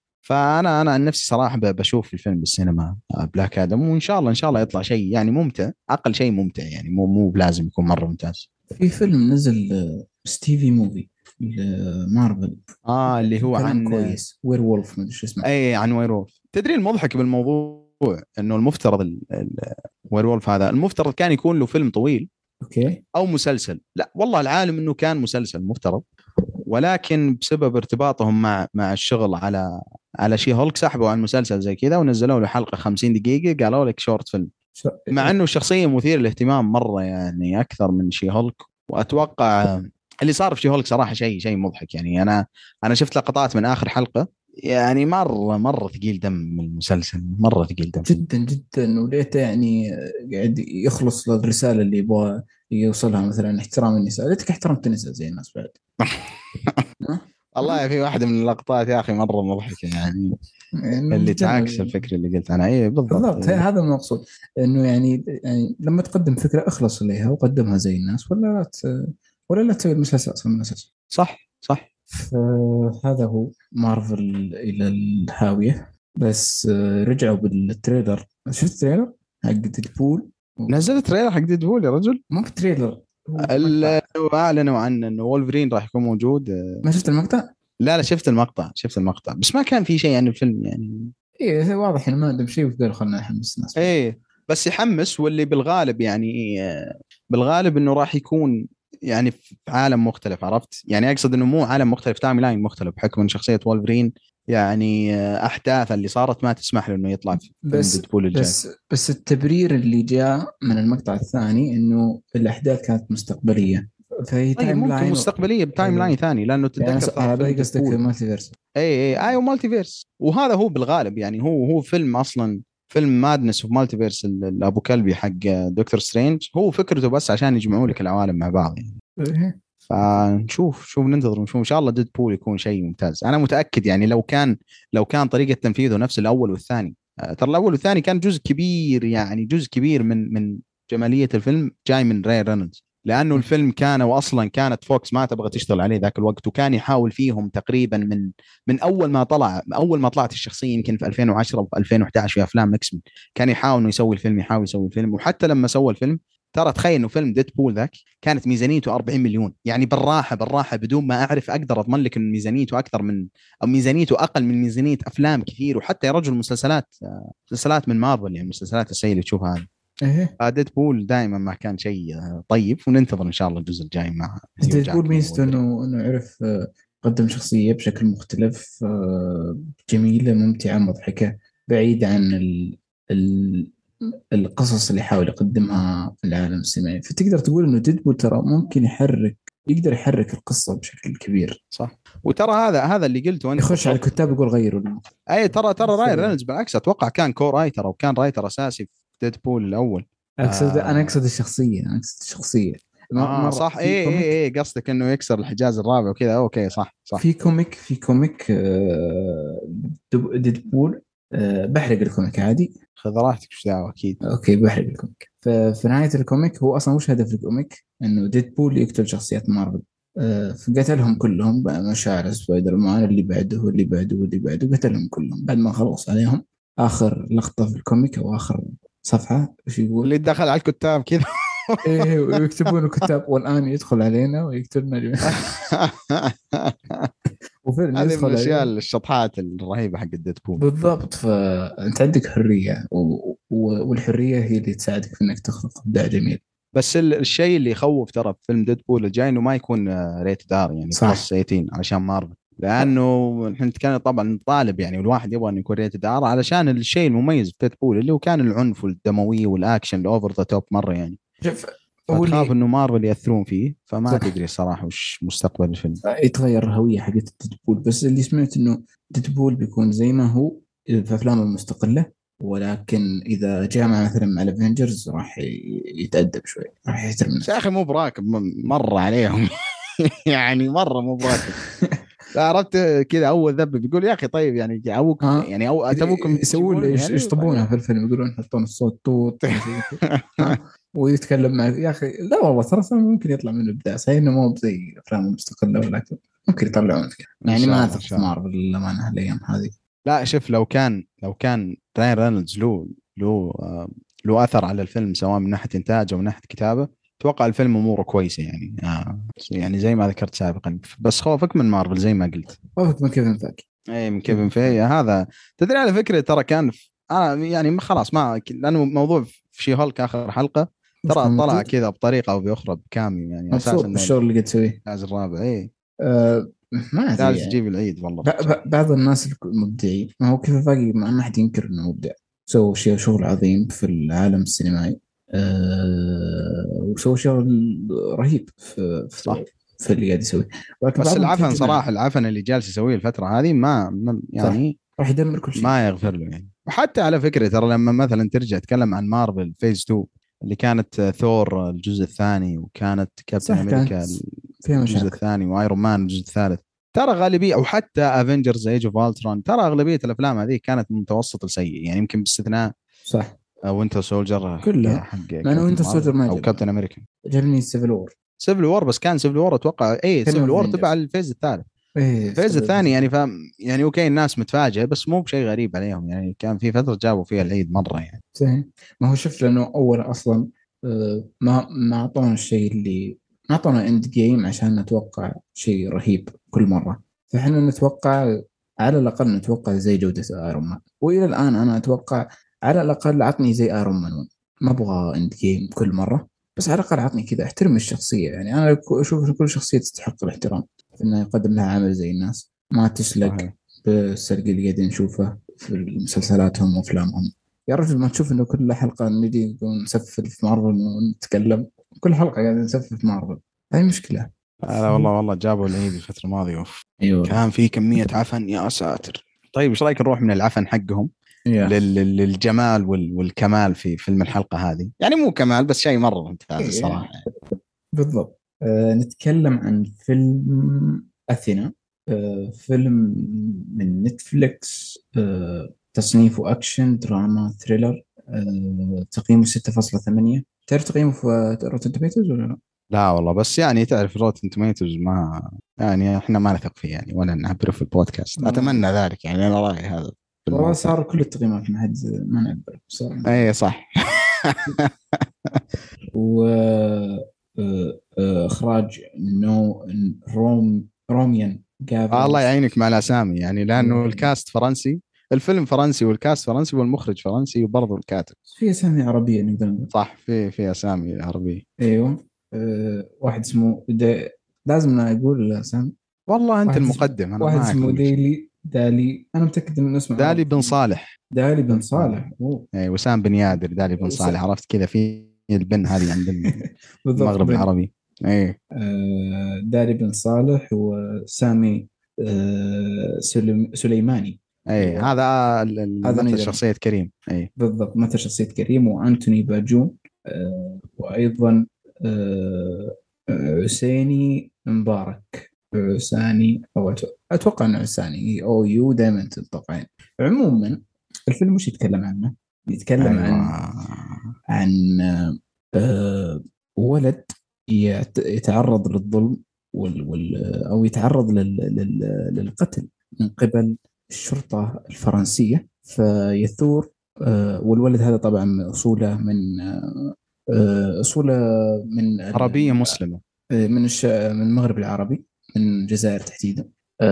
فانا عن نفسي صراحه بشوف الفيلم بالسينما بلاك ادم، وان شاء الله ان شاء الله يطلع شيء يعني ممتع، اقل شيء ممتع يعني، مو بلازم يكون مره ممتاز. في فيلم نزل ستيفي موفي مارفل، اللي هو كلام عن، كويس، وير وولف ما ادري شو اسمه. اي عن ويرولف. تدري المضحك بالموضوع انه المفترض ويرولف هذا المفترض كان يكون له فيلم طويل اوكي. او مسلسل. لا والله العالم انه كان مسلسل مفترض، ولكن بسبب ارتباطهم مع الشغل على شي هولك سحبوا عن مسلسل زي كذا ونزلوا له حلقة 50 دقيقة، قالوا لك شورت فيلم. مع انه شخصية مثيرة للاهتمام مرة يعني اكثر من شي هولك. واتوقع اللي صار في شي هولك صراحة شيء مضحك يعني. انا شفت لقطات من اخر حلقة، يعني مرة ثقيل دم من المسلسل، مرة ثقيل دم. جدا جدا، وليته يعني قاعد يخلص للرسالة اللي يبغى يوصلها، مثلا احترام النساء. ليتك احترمت النساء زي الناس بعد. ها؟ والله في واحدة من اللقطات يا اخي مرة مضحكة يعني، يعني اللي تعكس مجتمع. الفكرة اللي قلت انا. ايه بالضبط بالضبط، إيه. هذا المقصود. انه يعني لما تقدم فكره اخلص اليها وقدمها زي الناس، ولا لا تسوي المسلسل اصلا من الاساس. صح. فهذا هو مارفل الى الهاويه. بس رجعوا بالتريلر. شفت التريلر حق ديدبول؟ نزلت تريلر حق ديدبول يا رجل؟ مو بتريلر، هو مقطع. اعلنوا عن انه وولفرين راح يكون موجود. ما شفت المقطع؟ لا شفت المقطع بس ما كان في شيء عن الفيلم يعني. ايه واضح انه ما عندهم شيء، وقالوا خلنا نحمس الناس. ايه بس يحمس، واللي بالغالب يعني بالغالب انه راح يكون يعني في عالم مختلف، عرفت؟ يعني اقصد انه مو عالم مختلف، تايم لاين مختلف، بحكم ان شخصية وولفرين يعني احداث اللي صارت ما تسمح له انه يطلع في فيلم بس ديدبول الجاي. بس التبرير اللي جاء من المقطع الثاني انه الاحداث كانت مستقبليه، فهي طيب تايم ممكن لاين مستقبلية بتايم لاين ايوه. ثاني، لانه يعني تتذكر ترى على فيلم بالي قصدك ديدبول. مالتيفيرس. اي ومالتي فيرس، وهذا هو بالغالب يعني هو فيلم اصلا، فيلم مادنس اوف مالتي فيرس ابو كلبي حق دكتور سترينج، هو فكرته بس عشان يجمعوا لك العوالم مع بعض يعني. إيه. فنشوف ننتظر ونشوف ان شاء الله ديدبول يكون شيء ممتاز. انا متاكد يعني لو كان طريقه تنفيذه نفس الاول والثاني، ترى الاول والثاني كان جزء كبير يعني، جزء كبير من جماليه الفيلم جاي من راي رينولدز، لانه الفيلم كان واصلا كانت فوكس ما تبغى تشتغل عليه ذاك الوقت، وكان يحاول فيهم تقريبا من اول ما طلعت الشخصيه يمكن في 2010 و 2011 في افلام اكس مان، كان يحاول انه يحاول يسوي الفيلم. وحتى لما سوى الفيلم، ترى تخيل انه فيلم ديدبول ذاك كانت ميزانيته 40 مليون يعني، بالراحه بدون ما اعرف اقدر اضمن لك ان ميزانيته اكثر من، او ميزانيته اقل من ميزانيه افلام كثير، وحتى يا رجل مسلسلات من مارفل يعني، مسلسلات السيئه اللي تشوفها هذه. ايه. ديدبول دائما ما كان شيء طيب، وننتظر ان شاء الله الجزء الجاي مع هيو ديدبول جاكمان ميزته وولفرين. انه عرف قدم شخصيه بشكل مختلف، جميله ممتعه مضحكه، بعيد عن ال القصص اللي يحاول يقدمها في العالم السينمائي. فتقدر تقول انه ديدبول ترى ممكن يقدر يحرك القصة بشكل كبير. صح. وترى هذا اللي قلته انت يخش على بالضبط. الكتاب يقول غيروا اي ترى راي رينولدز بالعكس اتوقع كان كو رايتر، او كان رايتر اساسي في ديدبول الاول. انا اقصد الشخصية، مرة صح. في كوميك. ايه قصدك انه يكسر الحجاز الرابع وكذا. اوكي صح. في كوميك ديدبول بحرق الكوميك عادي. خذ راحتك، وش دعوه. اكيد. اوكي بحرق الكوميك. ففي نهايه الكوميك هو اصلا وش هدف الكوميك؟ انه ديدبول يقتل شخصيات مارفل. فقتلهم كلهم بمشاعر سبايدر مان، اللي بعده واللي بعده واللي بعده، قتلهم كلهم بعد ما خلص عليهم. اخر لقطه في الكوميك او اخر صفحه وش يقول؟ اللي دخل على الكتاب كذا. ايه ويكتبون الكتاب والان يدخل علينا ويقتلنا. وفعلا هذه من يدخل الاشياء علينا. الشطحات الرهيبه حق ديدبول. بالضبط. فانت عندك حريه والحريه هي اللي تساعدك في انك تخلق ابداع جميل. بس الشيء اللي يخوف ترى في فيلم ديدبول الجاي انه ما يكون ريت ار، يعني صح. بلس 18 علشان مارفل. لانه احنا نتكلم طبعا نطالب يعني، والواحد يبغى انه يكون ريت ار علشان الشيء المميز في ديدبول اللي هو كان العنف والدمويه والاكشن الاوفر ذا توب مره يعني. شوف هو فتخاف اللي انه مارفل ياثرون فيه، فما صح تدري الصراحه وش مستقبل الفيلم. يتغير الهويه حقت ديدبول. بس اللي سمعت انه ديدبول بيكون زي ما هو في افلامه المستقله، ولكن اذا جامع مثلا مع الافنجرز راح يتأدب شوي، راح يحترم بس يا نفسه. اخي مو براكب مره عليهم. يعني مره مو براكب. لا عرفت كذا اول ذب بيقول يا اخي طيب يعني ابوك ها يعني او تبوكم يسوون تجيبون يعني يشطبونها طيب. في الفيلم، يقولون يحطون الصوت توت زي كذا. ها ويتكلم مع يا اخي. لا والله ترى ممكن يطلع منه ابداع، صحيح انه مو زي افلام المستقله، ولكن ممكن يطلعون كذا. ان يعني شاء ما الله ان اثق شاء في الله. مارفل للامانه الايام هذه. لا شوف، لو كان راين رينولدز له اثر على الفيلم سواء من ناحيه انتاج او من ناحيه كتابه، اتوقع الفيلم اموره كويسه يعني. يعني زي ما ذكرت سابقا، بس خوفك من مارفل زي ما قلت. وافق من كيفن فاك. اي من كيفن في هذا. تدري على فكره ترى كان يعني خلاص ما لانه موضوع في شي هولك اخر حلقه مش ترى كان طلع مبسوط؟ كذا بطريقه او باخرى بكامي يعني مبسوط اساسا بالشغل اللي قد تسويه؟ الجهاز الرابع. اي أه ما ادري جالس يعني. يجيب العيد والله بصراحه. بعض الناس المبدعين، ما هو كيفن فاك ما حد ينكر انه مبدع. سوى شغل عظيم في العالم السينمائي. وسوى شغل رهيب صح. في اللي قاعد يسويه. ولكن بس بعضهم العفن تهجم صراحه، عليه. العفن اللي جالس يسويه الفتره هذه صح يعني راح يدمر كل شيء. ما يغفر له يعني. وحتى على فكره ترى لما مثلا ترجع تتكلم عن مارفل فيز 2 اللي كانت ثور الجزء الثاني، وكانت كابتن صح كانت امريكا فيها الجزء مشاكل. الثاني، وايرون مان الجزء الثالث، ترى غالبيه، او حتى افنجرز ايج اوف الترون، ترى اغلبيه الافلام هذه كانت من متوسط لسيء يعني، يمكن باستثناء صح وينتر سولجر كلها. حق مع انه كابتن انت مارفل السولجر ما او عجبني. كابتن امريكا. عجبني سيفل وور. سيفل وور، بس كان سيفل وور اتوقع اي كان سيفل وور تبع افنجرز. الفيز الثالث. ايه الفيز تبع الثاني الفيلم. يعني يعني اوكي الناس متفاجئه، بس مو بشيء غريب عليهم يعني، كان في فتره جابوا فيها العيد مره يعني. زين. ما هو شفت لانه اول اصلا ما اعطونا الشيء اللي ما اعطونا اند جيم عشان نتوقع شيء رهيب كل مره. فاحنا نتوقع، على الاقل نتوقع زي جوده ايرون مان. والى الان انا اتوقع على الاقل عطني زي ايرون مان 1. ما ابغى اند جيم كل مره، بس على الاقل عطني كذا احترم الشخصيه. يعني انا اشوف كل شخصيه تستحق الاحترام، انه يقدم لها عمل زي الناس، ما تسلق صحيح. بالسلق اللي قاعدين نشوفه في مسلسلاتهم وافلامهم. يا رجل ما تشوف انه كل حلقة نجي نسفل في مارفل ونتكلم؟ كل حلقة قاعد نسفل في مارفل، هاي مشكلة. لا والله جابوا العيد الفتره الماضيه اوف. ايوه والله. كان في كميه عفن يا ساتر. طيب ايش رايك نروح من العفن حقهم يا للجمال والكمال في فيلم الحلقه هذه؟ يعني مو كمال بس شيء مره ممتاز إيه، الصراحه. بالضبط. نتكلم عن فيلم أثينا. فيلم من نتفليكس. تصنيفه أكشن دراما ثريلر. تقييمه 6.8. تعرف تقييمه في روتن توميتوز ولا لا؟ لا والله، بس يعني تعرف روتن توميتوز ما يعني احنا ما نثق فيه يعني، ولا نعبره في البودكاست، اتمنى ذلك يعني، انا رايي هذا في والله الموضوع. صار كل التقييمات ما نعبر صار. اي صح. و اخراج نو روميان الله جافريتش. يعينك مع الاسامي يعني، الله لانه يعين. الكاست فرنسي، الفيلم فرنسي والكاست فرنسي والمخرج فرنسي وبرضه الكاتب. في اسامي عربيه نقدر نقول. صح، في اسامي عربيه. ايوه. واحد اسمه لازم نقول الاسامي. والله انت واحد اسمه المقدم، انا واحد معك اسمه كل شيء. دالي. انا متاكد انه اسمه دالي عربي. بن صالح. دالي بن بن صالح. صالح. اوه. اي وسام بن يادر، دالي بن وس... صالح، عرفت كذا في البن هذه عند بالضبط المغرب بن. العربي. اي دالي بن صالح وسامي سليماني. اي اللي هو هذا هذا مثل نقدر. شخصية كريم. اي بالضبط مثل شخصية كريم. وأنتوني باجون. وأيضا عسيني مبارك. عساني أو أتوقع أنه عساني. أو يو دائما تنطق عين. عموما الفيلم وش يتكلم عنه؟ يتكلم عن ولد يتعرض للظلم أو يتعرض للقتل من قبل الشرطة الفرنسية، فيثور. والولد هذا طبعا أصوله أصوله من عربية مسلمة، من المغرب العربي، من الجزائر تحديدا.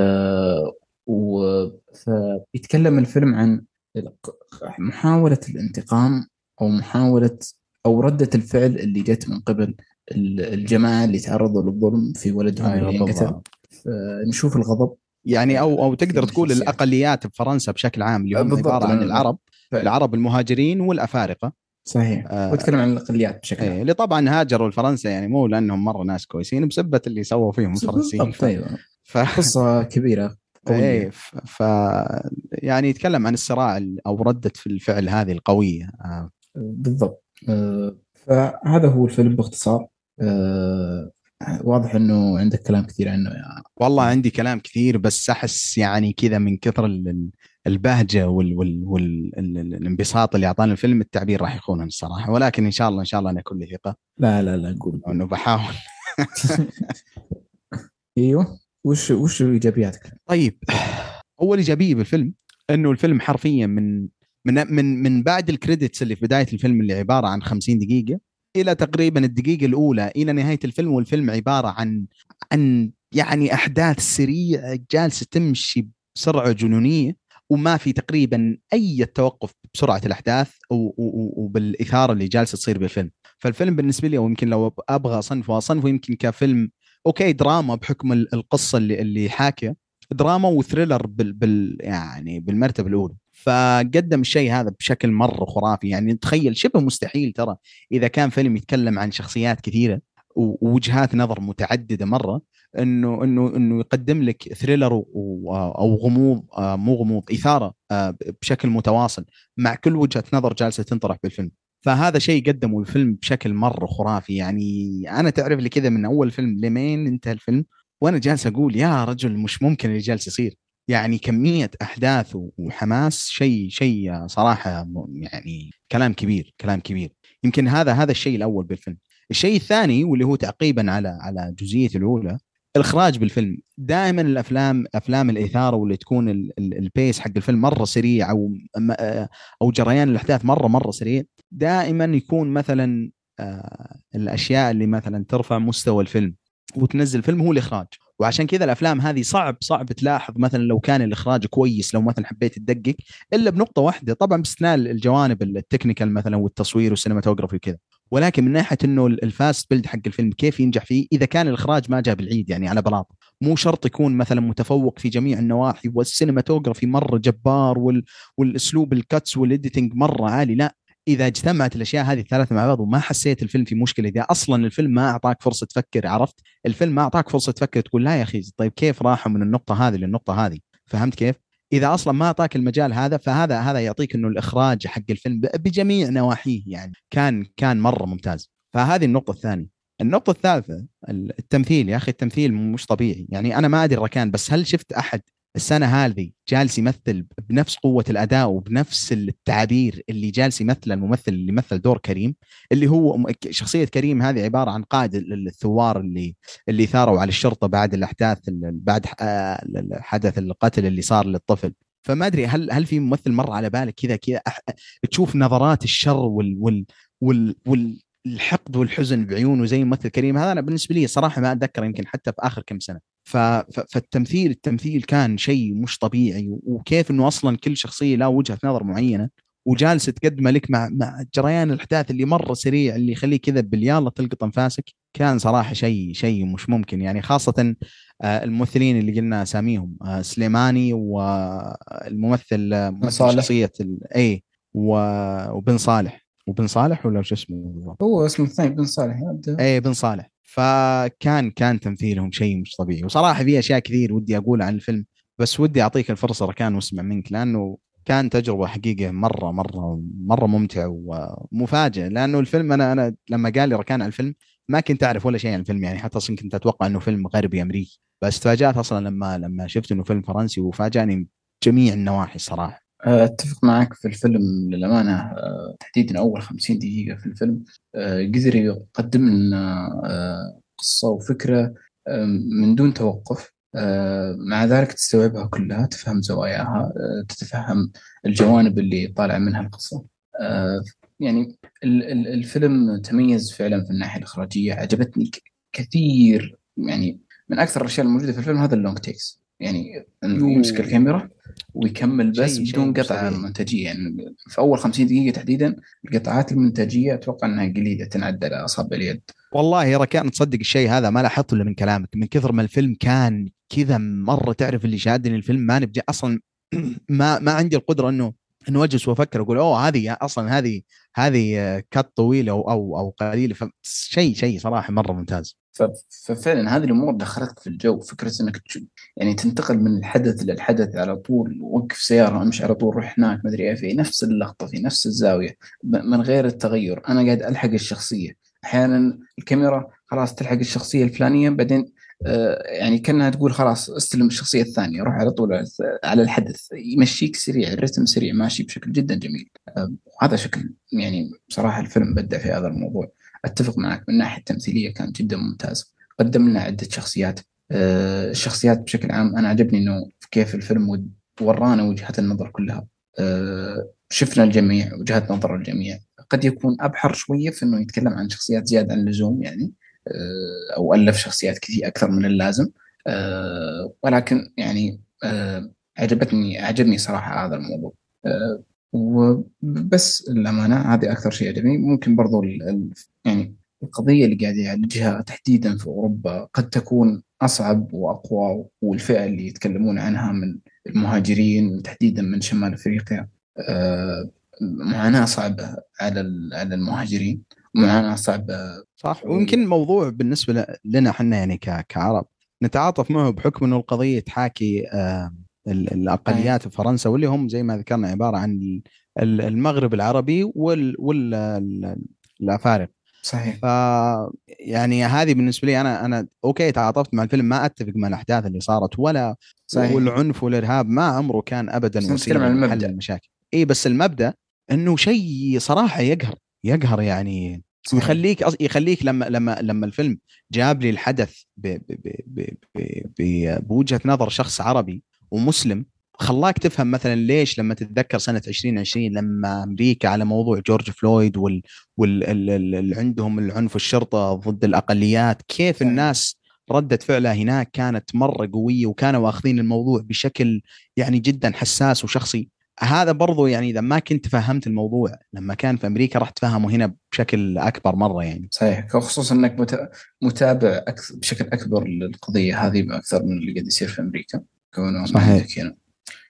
فيتكلم الفيلم عن محاولة الانتقام، أو محاولة أو ردة الفعل اللي جت من قبل الجماعة اللي تعرضوا للظلم في ولدهم اللي ينقتل. نشوف الغضب يعني أو تقدر تقول الأقليات بفرنسا بشكل عام اللي هم عبارة عن العرب المهاجرين والأفارقة. صحيح. وتكلم عن الأقليات بشكل عام، اللي طبعا هاجروا لفرنسا، يعني مو لأنهم مرة ناس كويسين، بسبة اللي سووا فيهم الفرنسيين. قصة كبيرة قوية. يعني يتكلم عن الصراع أو ردة في الفعل هذه القوية. بالضبط. فهذا هو الفيلم باختصار. واضح انه عندك كلام كثير عنه والله عندي كلام كثير، بس احس يعني كذا من كثر البهجه والانبساط اللي اعطاني الفيلم، التعبير راح يخونني الصراحه، ولكن ان شاء الله انا كل ثقه. لا قول انه بحاول. ايوه. وش ايجابياتك؟ طيب، اول ايجابيه بالفيلم انه الفيلم حرفيا من بعد الكريدتس اللي في بدايه الفيلم، اللي عباره عن 50 دقيقه، الى تقريبا الدقيقه الاولى الى نهايه الفيلم، والفيلم عباره عن يعني احداث سريعه جالسه تمشي بسرعه جنونيه، وما في تقريبا اي توقف بسرعه الاحداث وبالاثاره اللي جالسه تصير بالفيلم. فالفيلم بالنسبه لي، ويمكن لو ابغى اصنفه يمكن كفيلم اوكي دراما بحكم القصه اللي حاكيه، دراما وثريلر يعني بالمرتبه الاولى. فقدم الشيء هذا بشكل مره خرافي. يعني تخيل، شبه مستحيل ترى اذا كان فيلم يتكلم عن شخصيات كثيره ووجهات نظر متعدده مره، انه يقدم لك ثريلر او غموض، مو غموض، اثاره بشكل متواصل مع كل وجهه نظر جالسه تنطرح بالفيلم. فهذا شيء قدمه الفيلم بشكل مره خرافي. يعني انا تعرف لي كذا من اول فيلم لمين انتهى الفيلم وانا جالس اقول يا رجل مش ممكن اللي جالس يصير. يعني كميه احداث وحماس، شيء صراحه، يعني كلام كبير. يمكن هذا الشيء الاول بالفيلم. الشيء الثاني واللي هو تعقيبا على جزئيه الاولى، الاخراج بالفيلم. دائما افلام الاثاره واللي تكون البيس حق الفيلم مره سريع، او جريان الاحداث مره سريع، دائما يكون مثلا الاشياء اللي مثلا ترفع مستوى الفيلم وتنزل فيلم هو الاخراج. وعشان كذا الافلام هذه صعب تلاحظ مثلا لو كان الاخراج كويس، لو مثلا حبيت تدقق الا بنقطه واحده، طبعا باستثناء الجوانب التكنيكال مثلا والتصوير والسينماتوجرافي وكذا، ولكن من ناحيه انه الفاست بيلد حق الفيلم كيف ينجح فيه اذا كان الاخراج ما جاب العيد، يعني على بلاط. مو شرط يكون مثلا متفوق في جميع النواحي والسينماتوجرافي مره جبار والاسلوب الكاتس والإديتنج مره عالي، لا. اذا اجتمعت الاشياء هذه الثلاثه مع بعض وما حسيت الفيلم في مشكله، اذا اصلا الفيلم ما اعطاك فرصه تفكر، عرفت؟ الفيلم ما اعطاك فرصه تفكر تقول لا يا اخي طيب كيف راحوا من النقطه هذه للنقطه هذه، فهمت كيف؟ اذا اصلا ما اعطاك المجال هذا، فهذا يعطيك انه الاخراج حق الفيلم بجميع نواحيه يعني كان مره ممتاز. فهذه النقطه الثانيه. النقطه الثالثه التمثيل. يا اخي التمثيل مش طبيعي. يعني انا ما ادري ركان، بس هل شفت احد السنه هذه جالس يمثل بنفس قوه الاداء وبنفس التعابير اللي جالس يمثل الممثل اللي مثل دور كريم، اللي هو شخصيه كريم هذه عباره عن قائد الثوار اللي ثاروا على الشرطه بعد الاحداث، بعد حدث القتل اللي صار للطفل. فما ادري هل في ممثل مر على بالك كذا تشوف نظرات الشر والحقد والحزن بعيونه زي ممثل كريم هذا؟ انا بالنسبه لي صراحه ما اتذكر، يمكن حتى في اخر كم سنه. فالتمثيل كان شيء مش طبيعي، وكيف انه اصلا كل شخصيه لا وجهه نظر معينه وجالسه تقدم لك مع جريان الاحداث اللي مره سريع اللي يخليك كذا باليالا تلقط انفاسك. كان صراحه شيء مش ممكن يعني. خاصه الممثلين اللي قلنا اساميهم، سليماني والممثل شخصيه اي وبن صالح ولا شو اسمه؟ هو اسمه الثاني بن صالح. اي بن صالح. فكان تمثيلهم شيء مش طبيعي. وصراحه في اشياء كثير ودي اقول عن الفيلم، بس ودي اعطيك الفرصه ركان واسمع منك، لانه كان تجربه حقيقه مره ممتعه ومفاجئ. لانه الفيلم انا لما قال لي ركان عن الفيلم ما كنت اعرف ولا شيء عن الفيلم، يعني حتى اصلا كنت اتوقع انه فيلم غربي امريكي، بس تفاجات اصلا لما شفت انه فيلم فرنسي، وفاجأني جميع النواحي الصراحه. أتفق معك في الفيلم للأمانة. تحديدا أول 50 دقيقة في الفيلم قدر يقدم لنا قصة وفكرة من دون توقف. مع ذلك تستوعبها كلها، تفهم زواياها، تتفهم الجوانب اللي طالع منها القصة. آه، يعني الفيلم تميز فعلا في الناحية الإخراجية، عجبتني كثير. يعني من أكثر الأشياء الموجودة في الفيلم هذا اللونج تيكس، يعني إنه يمسك الكاميرا ويكمل بس شيء بدون مش قطعة طبيعي. منتجية. يعني في أول 50 دقيقة تحديدا القطعات المنتجية أتوقع أنها قليلة، تنعد على أصابع اليد. والله يا ركان تصدق الشيء هذا ما لاحظته الا من كلامك، من كثر ما الفيلم كان كذا مره. تعرف اللي شادني الفيلم ما نبجي اصلا. ما عندي القدره انه اجلس وافكر اقول اوه هذه اصلا هذه كات طويله او قليله. شيء صراحه مره ممتاز. ففعلا هذه الأمور دخلتك في الجو. فكرة أنك يعني تنتقل من الحدث للحدث على طول، وقف سيارة امشي على طول روح هناك، مدري إيه، في نفس اللقطة في نفس الزاوية من غير التغير. أنا قاعد ألحق الشخصية. أحيانا الكاميرا خلاص تلحق الشخصية الفلانية، بعدين يعني كأنها تقول خلاص استلم الشخصية الثانية، روح على طول على الحدث. يمشيك سريع، الرتم سريع ماشي بشكل جدا جميل. هذا شكل يعني بصراحة الفيلم بدع في هذا الموضوع. أتفق معك من ناحية التمثيلية كان جدا ممتاز. قدم لنا عدة شخصيات. الشخصيات بشكل عام أنا عجبني إنه كيف الفيلم ورانا وجهات النظر كلها. شفنا الجميع، وجهات نظر الجميع. قد يكون أبحر شوية في إنه يتكلم عن شخصيات زيادة عن اللزوم، يعني أو ألف شخصيات كثير أكثر من اللازم. ولكن يعني عجبني صراحة هذا الموضوع. وبس الأمانة هذه أكثر شيء عجبني. ممكن برضو يعني القضية اللي قاعد يعالجها تحديدا في أوروبا قد تكون أصعب وأقوى، والفئة اللي يتكلمون عنها من المهاجرين تحديدا من شمال أفريقيا معاناة صعبة على المهاجرين، معاناة صعبة. صح. ويمكن الموضوع بالنسبه لنا احنا يعني كعرب نتعاطف معه بحكم انه القضيه تحاكي الاقليات في فرنسا، واللي هم زي ما ذكرنا عباره عن المغرب العربي والافارقه. صحيح. ف يعني هذه بالنسبه لي انا اوكي تعاطفت مع الفيلم، ما اتفق مع الاحداث اللي صارت ولا صحيح. والعنف والارهاب ما عمره كان ابدا بس نتكلم وسيله عن لحل المبدأ. المشاكل. اي بس المبدا انه شيء صراحه يقهر يعني. صحيح. ويخليك لما الفيلم جاب لي الحدث بوجهة نظر شخص عربي ومسلم، خلاك تفهم مثلا ليش لما تتذكر سنة 2020 لما أمريكا على موضوع جورج فلويد اللي عندهم العنف الشرطة ضد الأقليات، كيف صحيح. الناس ردة فعلها هناك كانت مرة قوية، وكانوا واخذين الموضوع بشكل يعني جدا حساس وشخصي. هذا برضو يعني إذا ما كنت فهمت الموضوع لما كان في أمريكا راح تفهمه هنا بشكل أكبر مرة يعني. صحيح، خصوصا انك متابع بشكل اكبر للقضيه هذه اكثر من اللي قاعد يصير في امريكا كونه صحيح. عندك هنا.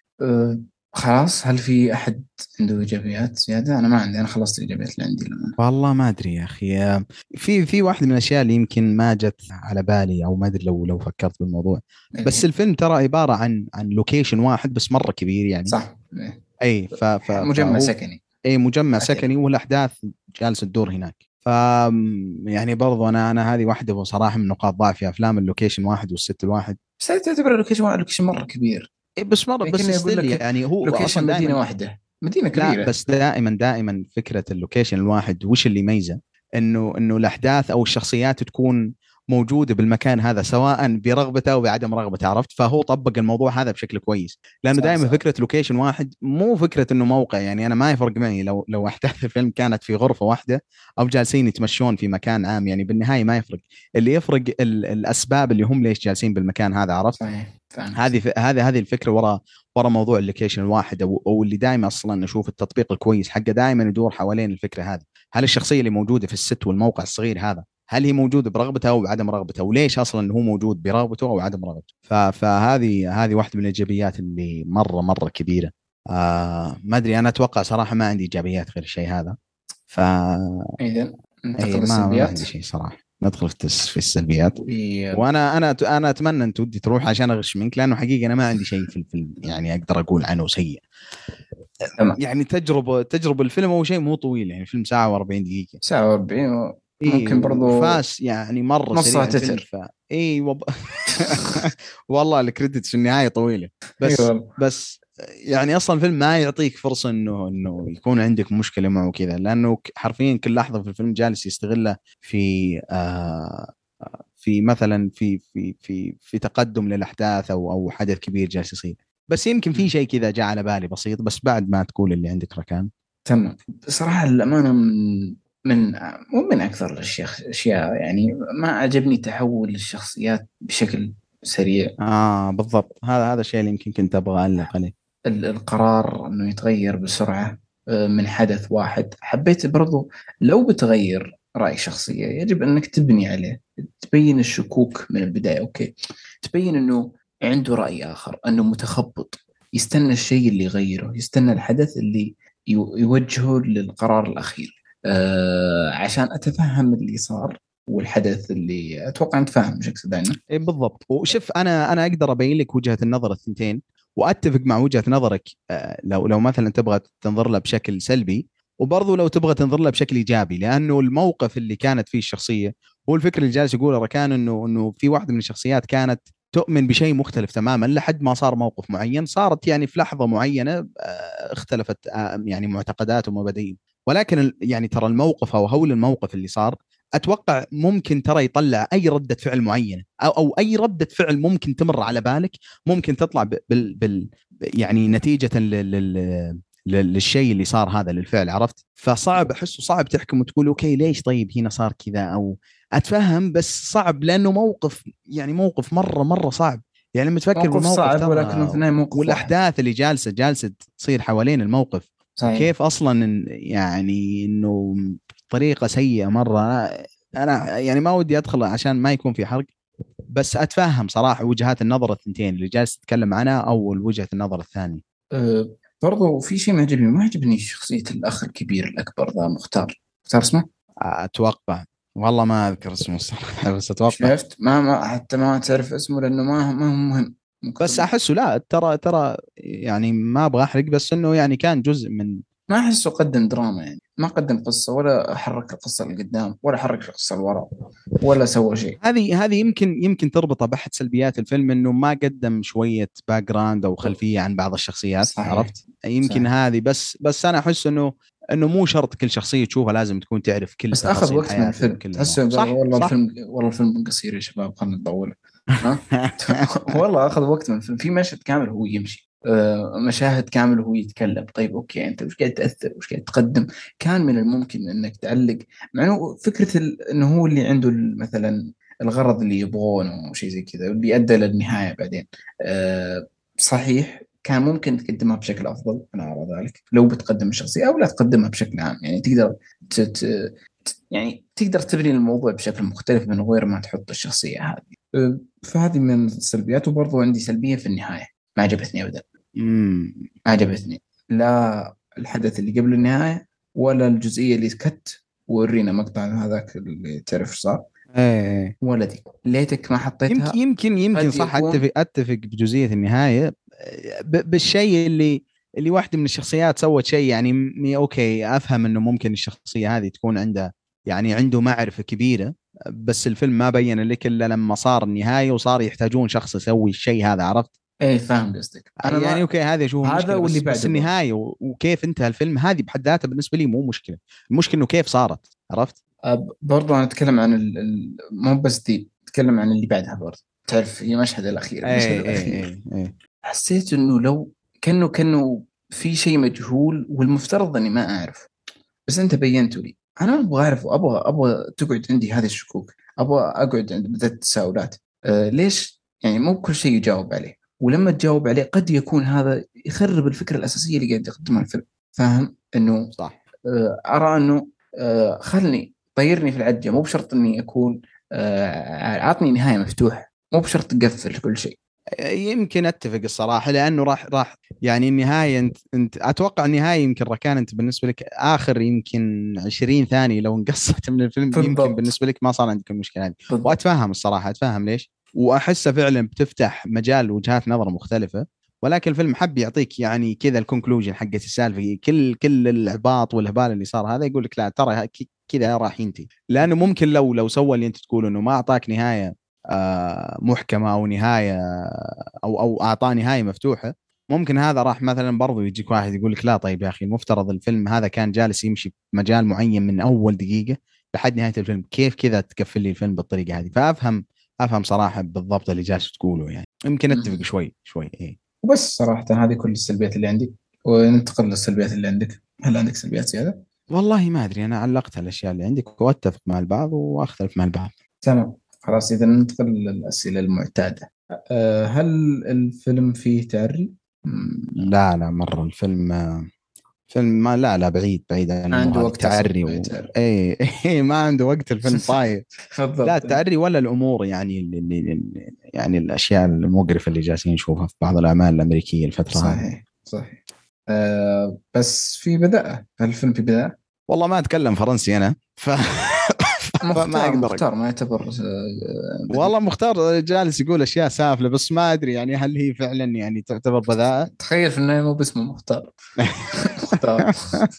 خلاص، هل في احد عنده ايجابيات زياده؟ انا ما عندي، انا خلصت الايجابيات اللي عندي للأمانة. والله ما ادري يا اخي. في واحد من الاشياء اللي يمكن ما جت على بالي، او ما ادري لو فكرت بالموضوع. اللي بس هي الفيلم ترى عباره عن لوكيشن واحد بس مره كبير يعني. صح. إيه. اي مجمع فهو سكني. اي مجمع اكيد. سكني، والاحداث جالسه تدور هناك. ف يعني برضو انا هذه واحده صراحه من نقاط ضعف في افلام اللوكيشن واحد والست الواحد. بس هل تعتبر لوكيشن مره كبير؟ إيه بس مره بس لكني اقول ستيل لك يعني هو لوكيشن اصلا مدينه دائما. واحده، مدينه لا كبيره. بس دائما فكره اللوكيشن الواحد وش اللي يميزه؟ انه الاحداث او الشخصيات تكون موجوده بالمكان هذا سواء برغبته او بعدم رغبته، عرفت؟ فهو طبق الموضوع هذا بشكل كويس، لانه صح دائما صح. فكره لوكيشن واحد مو فكره انه موقع. يعني انا ما يفرق معي لو احداث الفيلم كانت في غرفه واحده او جالسين يتمشون في مكان عام، يعني بالنهايه ما يفرق. اللي يفرق الاسباب اللي هم ليش جالسين بالمكان هذا، عرفت؟ صحيح فهمت. هذه الفكره ورا موضوع اللوكيشن الواحد، او اللي دائما اصلا نشوف التطبيق الكويس حقه دائما يدور حوالين الفكره هذه. هل الشخصيه اللي موجوده في الست والموقع الصغير هذا هل هي موجوده برغبته او بعدم رغبته، وليش اصلا هو موجود برغبته او عدم رغبته؟ فهذه واحده من الايجابيات اللي مره كبيره. ما ادري، انا اتوقع صراحه ما عندي ايجابيات غير الشيء هذا. ف اذا اي ننتقل ما للسلبيات. عندي شيء صراحه. ندخل في السلبيات. في- وانا اتمنى ان تودي تروح عشان اغش منك، لانه حقيقه انا ما عندي شيء في الفيلم يعني اقدر اقول عنه سيء. تمام. يعني تجربه الفيلم اول شيء مو طويل، يعني فيلم ساعه و40 دقيقه. ساعة 40 اي ممكن برضو وفاس يعني مره نصها سريع الفيلم. تتر. والله الكريدتس في النهايه طويله. اي بس والله. بس يعني اصلا الفيلم ما يعطيك فرصه انه يكون عندك مشكله معه كذا، لانه حرفيا كل لحظه في الفيلم جالس يستغلها في في مثلا في تقدم للاحداث او حدث كبير جالس يصير. بس يمكن في شيء كذا جاء على بالي بسيط، بس بعد ما تقول اللي عندك ركان. تمام. بصراحة الأمانة من مو من أكثر الأشياء يعني ما عجبني تحول الشخصيات بشكل سريع. بالضبط، هذا الشيء اللي يمكن كنت ابغى اعلق عليه. القرار انه يتغير بسرعة من حدث واحد. حبيت برضو لو بتغير رأي شخصية يجب انك تبني عليه، تبين الشكوك من البداية. اوكي، تبين انه عنده رأي اخر، انه متخبط، يستنى الشيء اللي يغيره، يستنى الحدث اللي يوجهه للقرار الأخير. عشان أتفهم اللي صار والحدث اللي أتوقع أنت فاهم ايش أقصد عنه. إيه بالضبط. وشوف انا اقدر ابين لك وجهة النظر الثنتين، واتفق مع وجهة نظرك لو مثلا تبغى تنظر له بشكل سلبي، وبرضه لو تبغى تنظر له بشكل ايجابي، لانه الموقف اللي كانت فيه الشخصية هو الفكر اللي جالس يقوله ركان، انه في واحدة من الشخصيات كانت تؤمن بشيء مختلف تماما لحد ما صار موقف معين، صارت يعني في لحظة معينة اختلفت يعني معتقدات ومبادئ. ولكن يعني ترى الموقف او هول الموقف اللي صار اتوقع ممكن ترى يطلع اي رده فعل معينه، او اي رده فعل ممكن تمر على بالك، ممكن تطلع يعني نتيجه للشيء اللي صار هذا للفعل، عرفت؟ فصعب، احسه صعب تحكم وتقول اوكي ليش طيب هنا صار كذا، او اتفهم بس صعب لانه موقف، يعني موقف مره صعب. يعني لما تفكر موقف بالموقف صعب ولكنه ترى، في النهاية موقف واحد. والاحداث اللي جالسه تصير حوالين الموقف، صحيح. وكيف اصلا يعني انه طريقه سيئه مره. انا يعني ما ودي ادخل عشان ما يكون في حرق، بس اتفهم صراحه وجهات النظر الثنتين اللي جالس تتكلم عنها او وجهه النظر الثانيه. برضو في شيء ما عجبني شخصية الأخ الكبير الأكبر ذا، مختار اسمه. اتوقع، والله ما اذكر اسمه الصراحه بس اتوقع. شفت، ما حتى ما تعرف اسمه لأنه ما هو مهم. بس احسه لا، ترى يعني ما ابغى احرق، بس انه يعني كان جزء من. ما أحسه قدم دراما، يعني ما قدم قصة ولا حرك القصة لقدام ولا حرك القصة لورا ولا سوى شيء. هذه يمكن تربطه بأحد سلبيات الفيلم، انه ما قدم شويه باك جراوند او خلفيه عن بعض الشخصيات، صحيح. عرفت؟ يمكن صحيح. هذه بس انا احس انه مو شرط كل شخصيه تشوفها لازم تكون تعرف كل بس أخذ تفاصيل وقت من حياته الفيلم، وكل تحسه المواقف. قال صح والله صح. الفيلم قصير يا شباب خلنا نطوله. ها. والله أخذ وقت من الفيلم، في مشهد كامل هو يمشي، مشاهد كامل وهو يتكلم. طيب أوكي، أنت وش قاعد تأثر وش قاعد تقدم؟ كان من الممكن أنك تعلق، مع إنه فكرة إنه هو اللي عنده مثلا الغرض اللي يبغونه وشيء زي كذا اللي أدى للنهاية بعدين. صحيح كان ممكن تقدمها بشكل أفضل، أنا أرى ذلك، لو بتقدم الشخصية أو لا تقدمها بشكل عام. يعني تقدر يعني تقدر تبني الموضوع بشكل مختلف من غير ما تحط الشخصية هذه. فهذه من السلبيات. وبرضو عندي سلبية في النهاية، ما عجبتني أبدا. ما عجبتني لا الحدث اللي قبل النهاية ولا الجزئية اللي كت وورينا مقطع هذاك اللي تعرف ايش صار. ايه ولا دي ليتك ما حطيتها. يمكن قد صح. يكون اتفق بجزئيه النهايه، بالشيء اللي واحده من الشخصيات سوت شيء، يعني اوكي افهم انه ممكن الشخصيه هذه تكون عندها يعني عنده معرفه كبيره، بس الفيلم ما بين لك الا لما صار النهايه وصار يحتاجون شخص يسوي الشيء هذا، عرفت؟ ايه فاهم قصدك. انا يعني ما اوكي هذا اشوفه هذا مشكله، واللي بس بعده برضه. النهايه وكيف انتهى الفيلم هذه بحد ذاتها بالنسبه لي مو مشكله. المشكله انه كيف صارت، عرفت؟ برضو أنا أتكلم عن مو بس دي، أتكلم عن اللي بعدها برضو. تعرف هي المشهد الأخير ايه حسيت إنه لو كأنه في شيء مجهول والمفترض إني ما أعرف، بس أنت بينته لي. أنا أبغى أعرف، أبغى تقعد عندي هذه الشكوك، أبغى أقعد عند بدأت التساؤلات. ليش يعني مو كل شيء يجاوب عليه، ولما تجاوب عليه قد يكون هذا يخرب الفكرة الأساسية اللي قاعد يقدمها الفيلم. فاهم إنه صح. أرى إنه خلني طيرني في العجة، مو بشرط إني أكون عطني نهاية مفتوحة، مو بشرط تقفل كل شيء. يمكن اتفق الصراحه، لانه راح يعني النهايه، انت اتوقع النهايه يمكن ركان انت بالنسبه لك اخر يمكن 20 ثانيه لو انقصت من الفيلم يمكن بالضبط. بالنسبه لك ما صار عندك المشكله هذه. بالضبط. واتفهم الصراحه، اتفهم ليش، واحسه فعلا بتفتح مجال وجهات نظر مختلفه. ولكن الفيلم حب يعطيك يعني كذا الكونكلوجن حقت السالفه، كل العباط والهبال اللي صار هذا يقول لك لا ترى كذا راح ينتهي. لانه ممكن لو سوى اللي انت تقول انه ما اعطاك نهايه محكمه او نهايه او اعطاه نهايه مفتوحه، ممكن هذا راح مثلا برضو يجيك واحد يقول لك لا طيب يا اخي المفترض الفيلم هذا كان جالس يمشي في مجال معين من اول دقيقة لحد نهاية الفيلم، كيف كذا تقفل لي الفيلم بالطريقة هذه؟ افهم صراحة بالضبط اللي جالس تقوله يعني، يمكن اتفق شوي ايه. وبس صراحة هذه كل السلبيات اللي عندي، وننتقل للسلبيات اللي عندك. هل عندك سلبيات زيادة؟ والله ما ادري، انا علقت الاشياء اللي عندك واتفق مع البعض واختلف مع البعض. تمام، خلاص إذا ننتقل للأسئلة المعتادة. هل الفيلم فيه تعري؟ لا مرة الفيلم فيلم ما لا بعيد عن ما عنده الامور هذه، وقت أصلا التعري ما يتعرف. اي ما عنده وقت الفيلم طاير. لا بالضبط. التعري ولا الامور يعني يعني الاشياء المقرفه اللي جالسين نشوفها في بعض الاعمال الامريكيه الفتره هذه. صحيح. بس في بداءة، هل الفيلم في بداءة؟ والله ما اتكلم فرنسي انا فما اقدر مختار ما يعتبر والله مختار جالس يقول اشياء سافله، بس ما ادري يعني هل هي فعلا يعني تعتبر بذاءة. تخيل في النهاية مو باسمه مختار. مختار.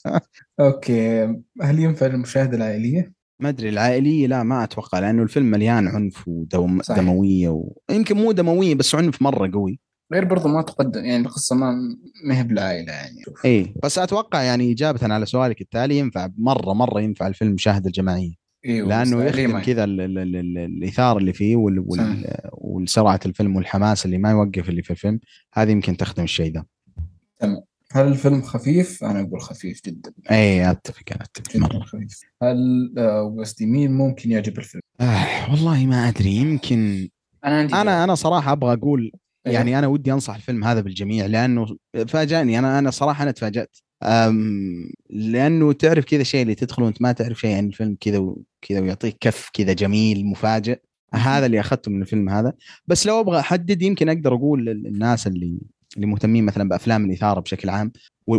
اوكي، هل ينفع المشاهدة العائلية؟ ما ادري العائليه، لا ما اتوقع، لانه الفيلم مليان عنف صحيح. ودمويه ويمكن مو دمويه بس عنف مره قوي. غير برضو ما تقدم يعني القصة ما هي بالعائلة يعني. ايه بس اتوقع يعني اجابه على سؤالك التالي، ينفع مره ينفع الفيلم مشاهده الجماعيه، ايوه بس لانه العائلية يخدم ما كذا ينفع. الاثاره اللي فيه صحيح. والسرعه الفيلم والحماس اللي ما يوقف اللي في الفيلم، هذه يمكن تخدم الشيء ذا. تمام. هل الفيلم خفيف؟ أنا أقول خفيف جدا. ايه اتفق جدا مره. خفيف. هل قصدي مين ممكن يعجب الفيلم؟ والله ما ادري، يمكن أنا عندي إجابة. انا صراحه ابغى اقول أيوه. يعني انا ودي انصح الفيلم هذا بالجميع، لانه فاجأني، انا صراحه انا تفاجأت. لانه تعرف كذا شيء اللي تدخل وانت ما تعرف شيء عن الفيلم كذا وكذا ويعطيك كف كذا جميل مفاجئ، هذا اللي اخذته من الفيلم هذا. بس لو ابغى احدد يمكن اقدر اقول للناس اللي مهتمين مثلا بافلام الاثاره بشكل عام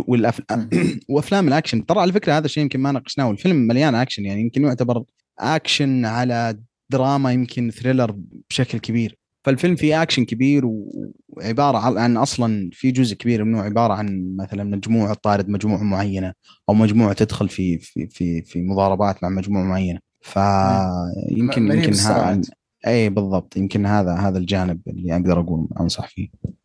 وافلام الاكشن. ترى على فكره هذا الشيء يمكن ما ناقشناه، الفيلم مليان اكشن، يعني يمكن يعتبر اكشن على دراما يمكن ثريلر بشكل كبير. فالفيلم فيه اكشن كبير وعباره عن اصلا في جزء كبير منه عباره عن مثلا مجموعه طارد مجموعه معينه، او مجموعه تدخل في مضاربات مع مجموعه معينه، فيمكن مليء يمكن بالصراعات. اي بالضبط، يمكن هذا الجانب اللي اقدر اقول انصح فيه.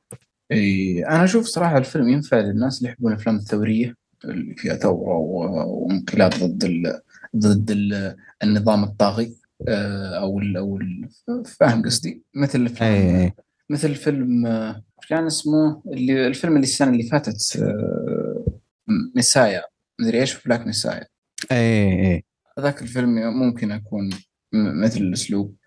أنا أشوف صراحة الفيلم ينفع للناس اللي يحبون الأفلام الثورية اللي فيها ثورة وانقلاب النظام الطاغي. فاهم قصدي، مثل الأفلام، اي مثل فيلم إيش كان اسمه الفيلم اللي السنة اللي فاتت، ميسايا، مدري إيش، بلاك ميسايا. اي ذاك الفيلم ممكن أكون مثل الأسلوب.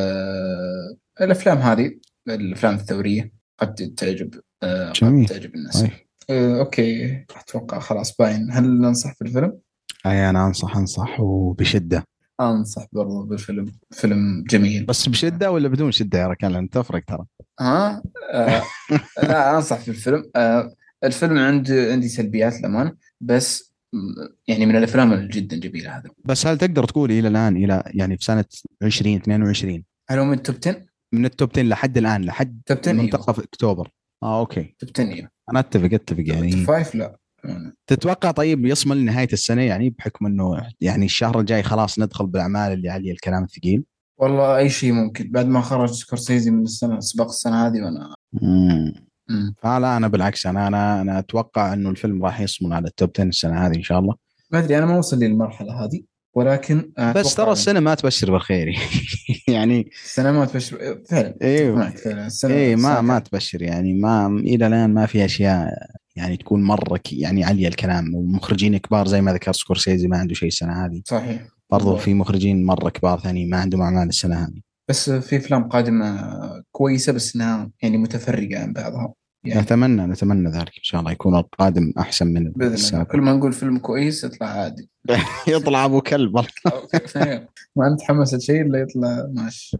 الأفلام هذه، الأفلام الثورية قد تعجب، قد جميل. تعجب الناس. طيب أوكي، أتوقع خلاص باين. هل ننصح في الفيلم؟ اي انا انصح وبشده. أنصح برضو بالفيلم، فيلم جميل. بس بشده ولا بدون شده يا ركان؟ لان تفرق ترى. ها. لا، أنصح في الفيلم. الفيلم عندي سلبيات الأمان، بس يعني من الأفلام جدا جميلة هذا. بس هل تقدر تقول الى الان، الى يعني في سنه 2022، هل هو من التوب 10؟ من التوب 10 لحد الان لحد توب 10 أيوه. منتصف اكتوبر. اوكي توب 10 أيوه. انا اتفق توب يعني. 5 لا. تتوقع طيب يصمل نهايه السنه، يعني بحكم انه يعني الشهر الجاي خلاص ندخل بالاعمال اللي عليه الكلام الثقيل؟ والله أي شيء ممكن بعد ما خرج سكورسيزي من السنة سباق السنة هذه، وأنا امم مم. فلا انا بالعكس، انا اتوقع انه الفيلم راح يصمل على التوب 10 السنه هذه ان شاء الله. ما أدري، أنا ما وصل لي المرحلة هذه، ولكن بس ترى أتوقع السنه ما تبشر بالخير يعني. السنة ما تبشر فعلا. أتفق ايوه معك فعلا. السنة ايه السنة ما كانت. تبشر يعني، ما الى الان ما في اشياء يعني تكون مره يعني عاليه الكلام، ومخرجين كبار زي ما ذكر سكورسيزي ما عنده شيء السنه هذه، صحيح برضو في بالضبط. مخرجين مره كبار ثاني ما عندهم اعمال السنه هذه. بس في أفلام قادمة كويسة، بس إنها يعني متفرقة عن بعضها يعني. نتمنى ذلك ان شاء الله، يكون القادم احسن من بإذن الله السابق. كل ما نقول فيلم كويس يطلع عادي. يطلع ابو كلب. ما نتحمس لشيء إلا يطلع ماشي.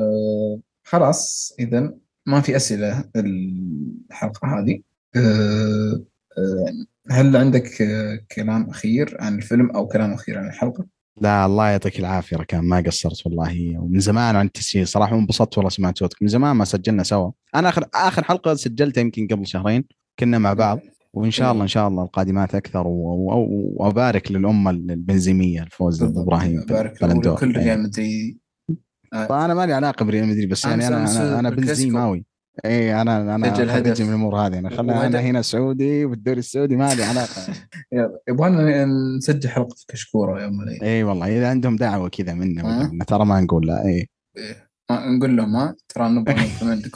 خلاص إذا ما في أسئلة الحلقة هذه. أه هل عندك كلام أخير عن الفيلم أو كلام أخير عن الحلقة؟ لا الله يعطيك العافيه ركان، ما قصرت والله، ومن زمان عن التسجيل صراحه، انبسطت والله سمعت صوتك، من زمان ما سجلنا سوا. انا اخر حلقه سجلتها يمكن قبل شهرين كنا مع بعض، وان شاء الله ان أيوه شاء الله القادمات اكثر وابارك للامه البنزيميه الفوز بالضبط. ابراهيم بارك له بالندور. ولكل ريال مدريد. طيب انا ما لي علاقه بريال مدريد، بس يعني أمس انا أمس انا انا بالكلاسيكو. بنزيماوي. اي انا سجل خريج هدف من الامور هذه، انا هنا سعودي والدوري السعودي ما لي علاقه. يلا يبغانا نسجل حلقة في كشكورة يوم من الأيام. اي والله اذا عندهم دعوه كذا منا ولا ها؟ منا ترى ما نقول لا. اي نقول لهم ها ترى نبغى نطلب عندكم.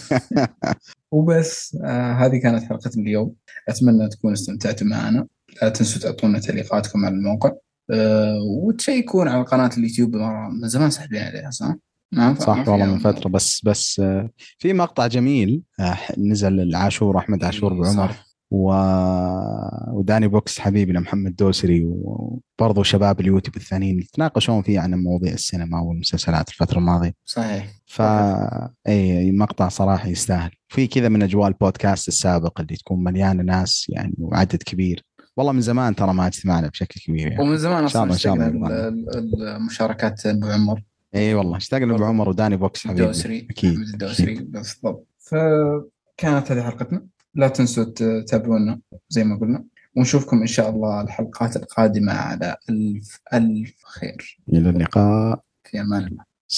وبس هذه كانت حلقتنا اليوم، أتمنى تكونوا استمتعتوا معنا. لا تنسوا تعطونا تعليقاتكم على الموقع، وتشيكون على قناة اليوتيوب، من زمان سحبين عليها صح؟ صح والله من فترة، بس في مقطع جميل نزل العاشور أحمد عاشور بعمر وداني بوكس حبيبنا محمد دوسري وبرضو شباب اليوتيوب الثانيين يتناقشون فيه عن مواضيع السينما والمسلسلات الفترة الماضية. صحيح. أي مقطع صراحة يستاهل، في كذا من أجواء البودكاست السابق اللي تكون مليانة ناس يعني وعدد كبير. والله من زمان ترى ما اجتمعنا بشكل كبير يعني. ومن زمان أصلا اشتغلنا المشاركات أبو عمر. اي والله اشتغلنا أبو عمر وداني بوكس حبيبي الدوسري اكيد أحمد الدوسري بالضبط. فكانت هذه حلقتنا، لا تنسوا تتابعونا زي ما قلنا، ونشوفكم إن شاء الله الحلقات القادمة على ألف خير. إلى اللقاء في أمان الله.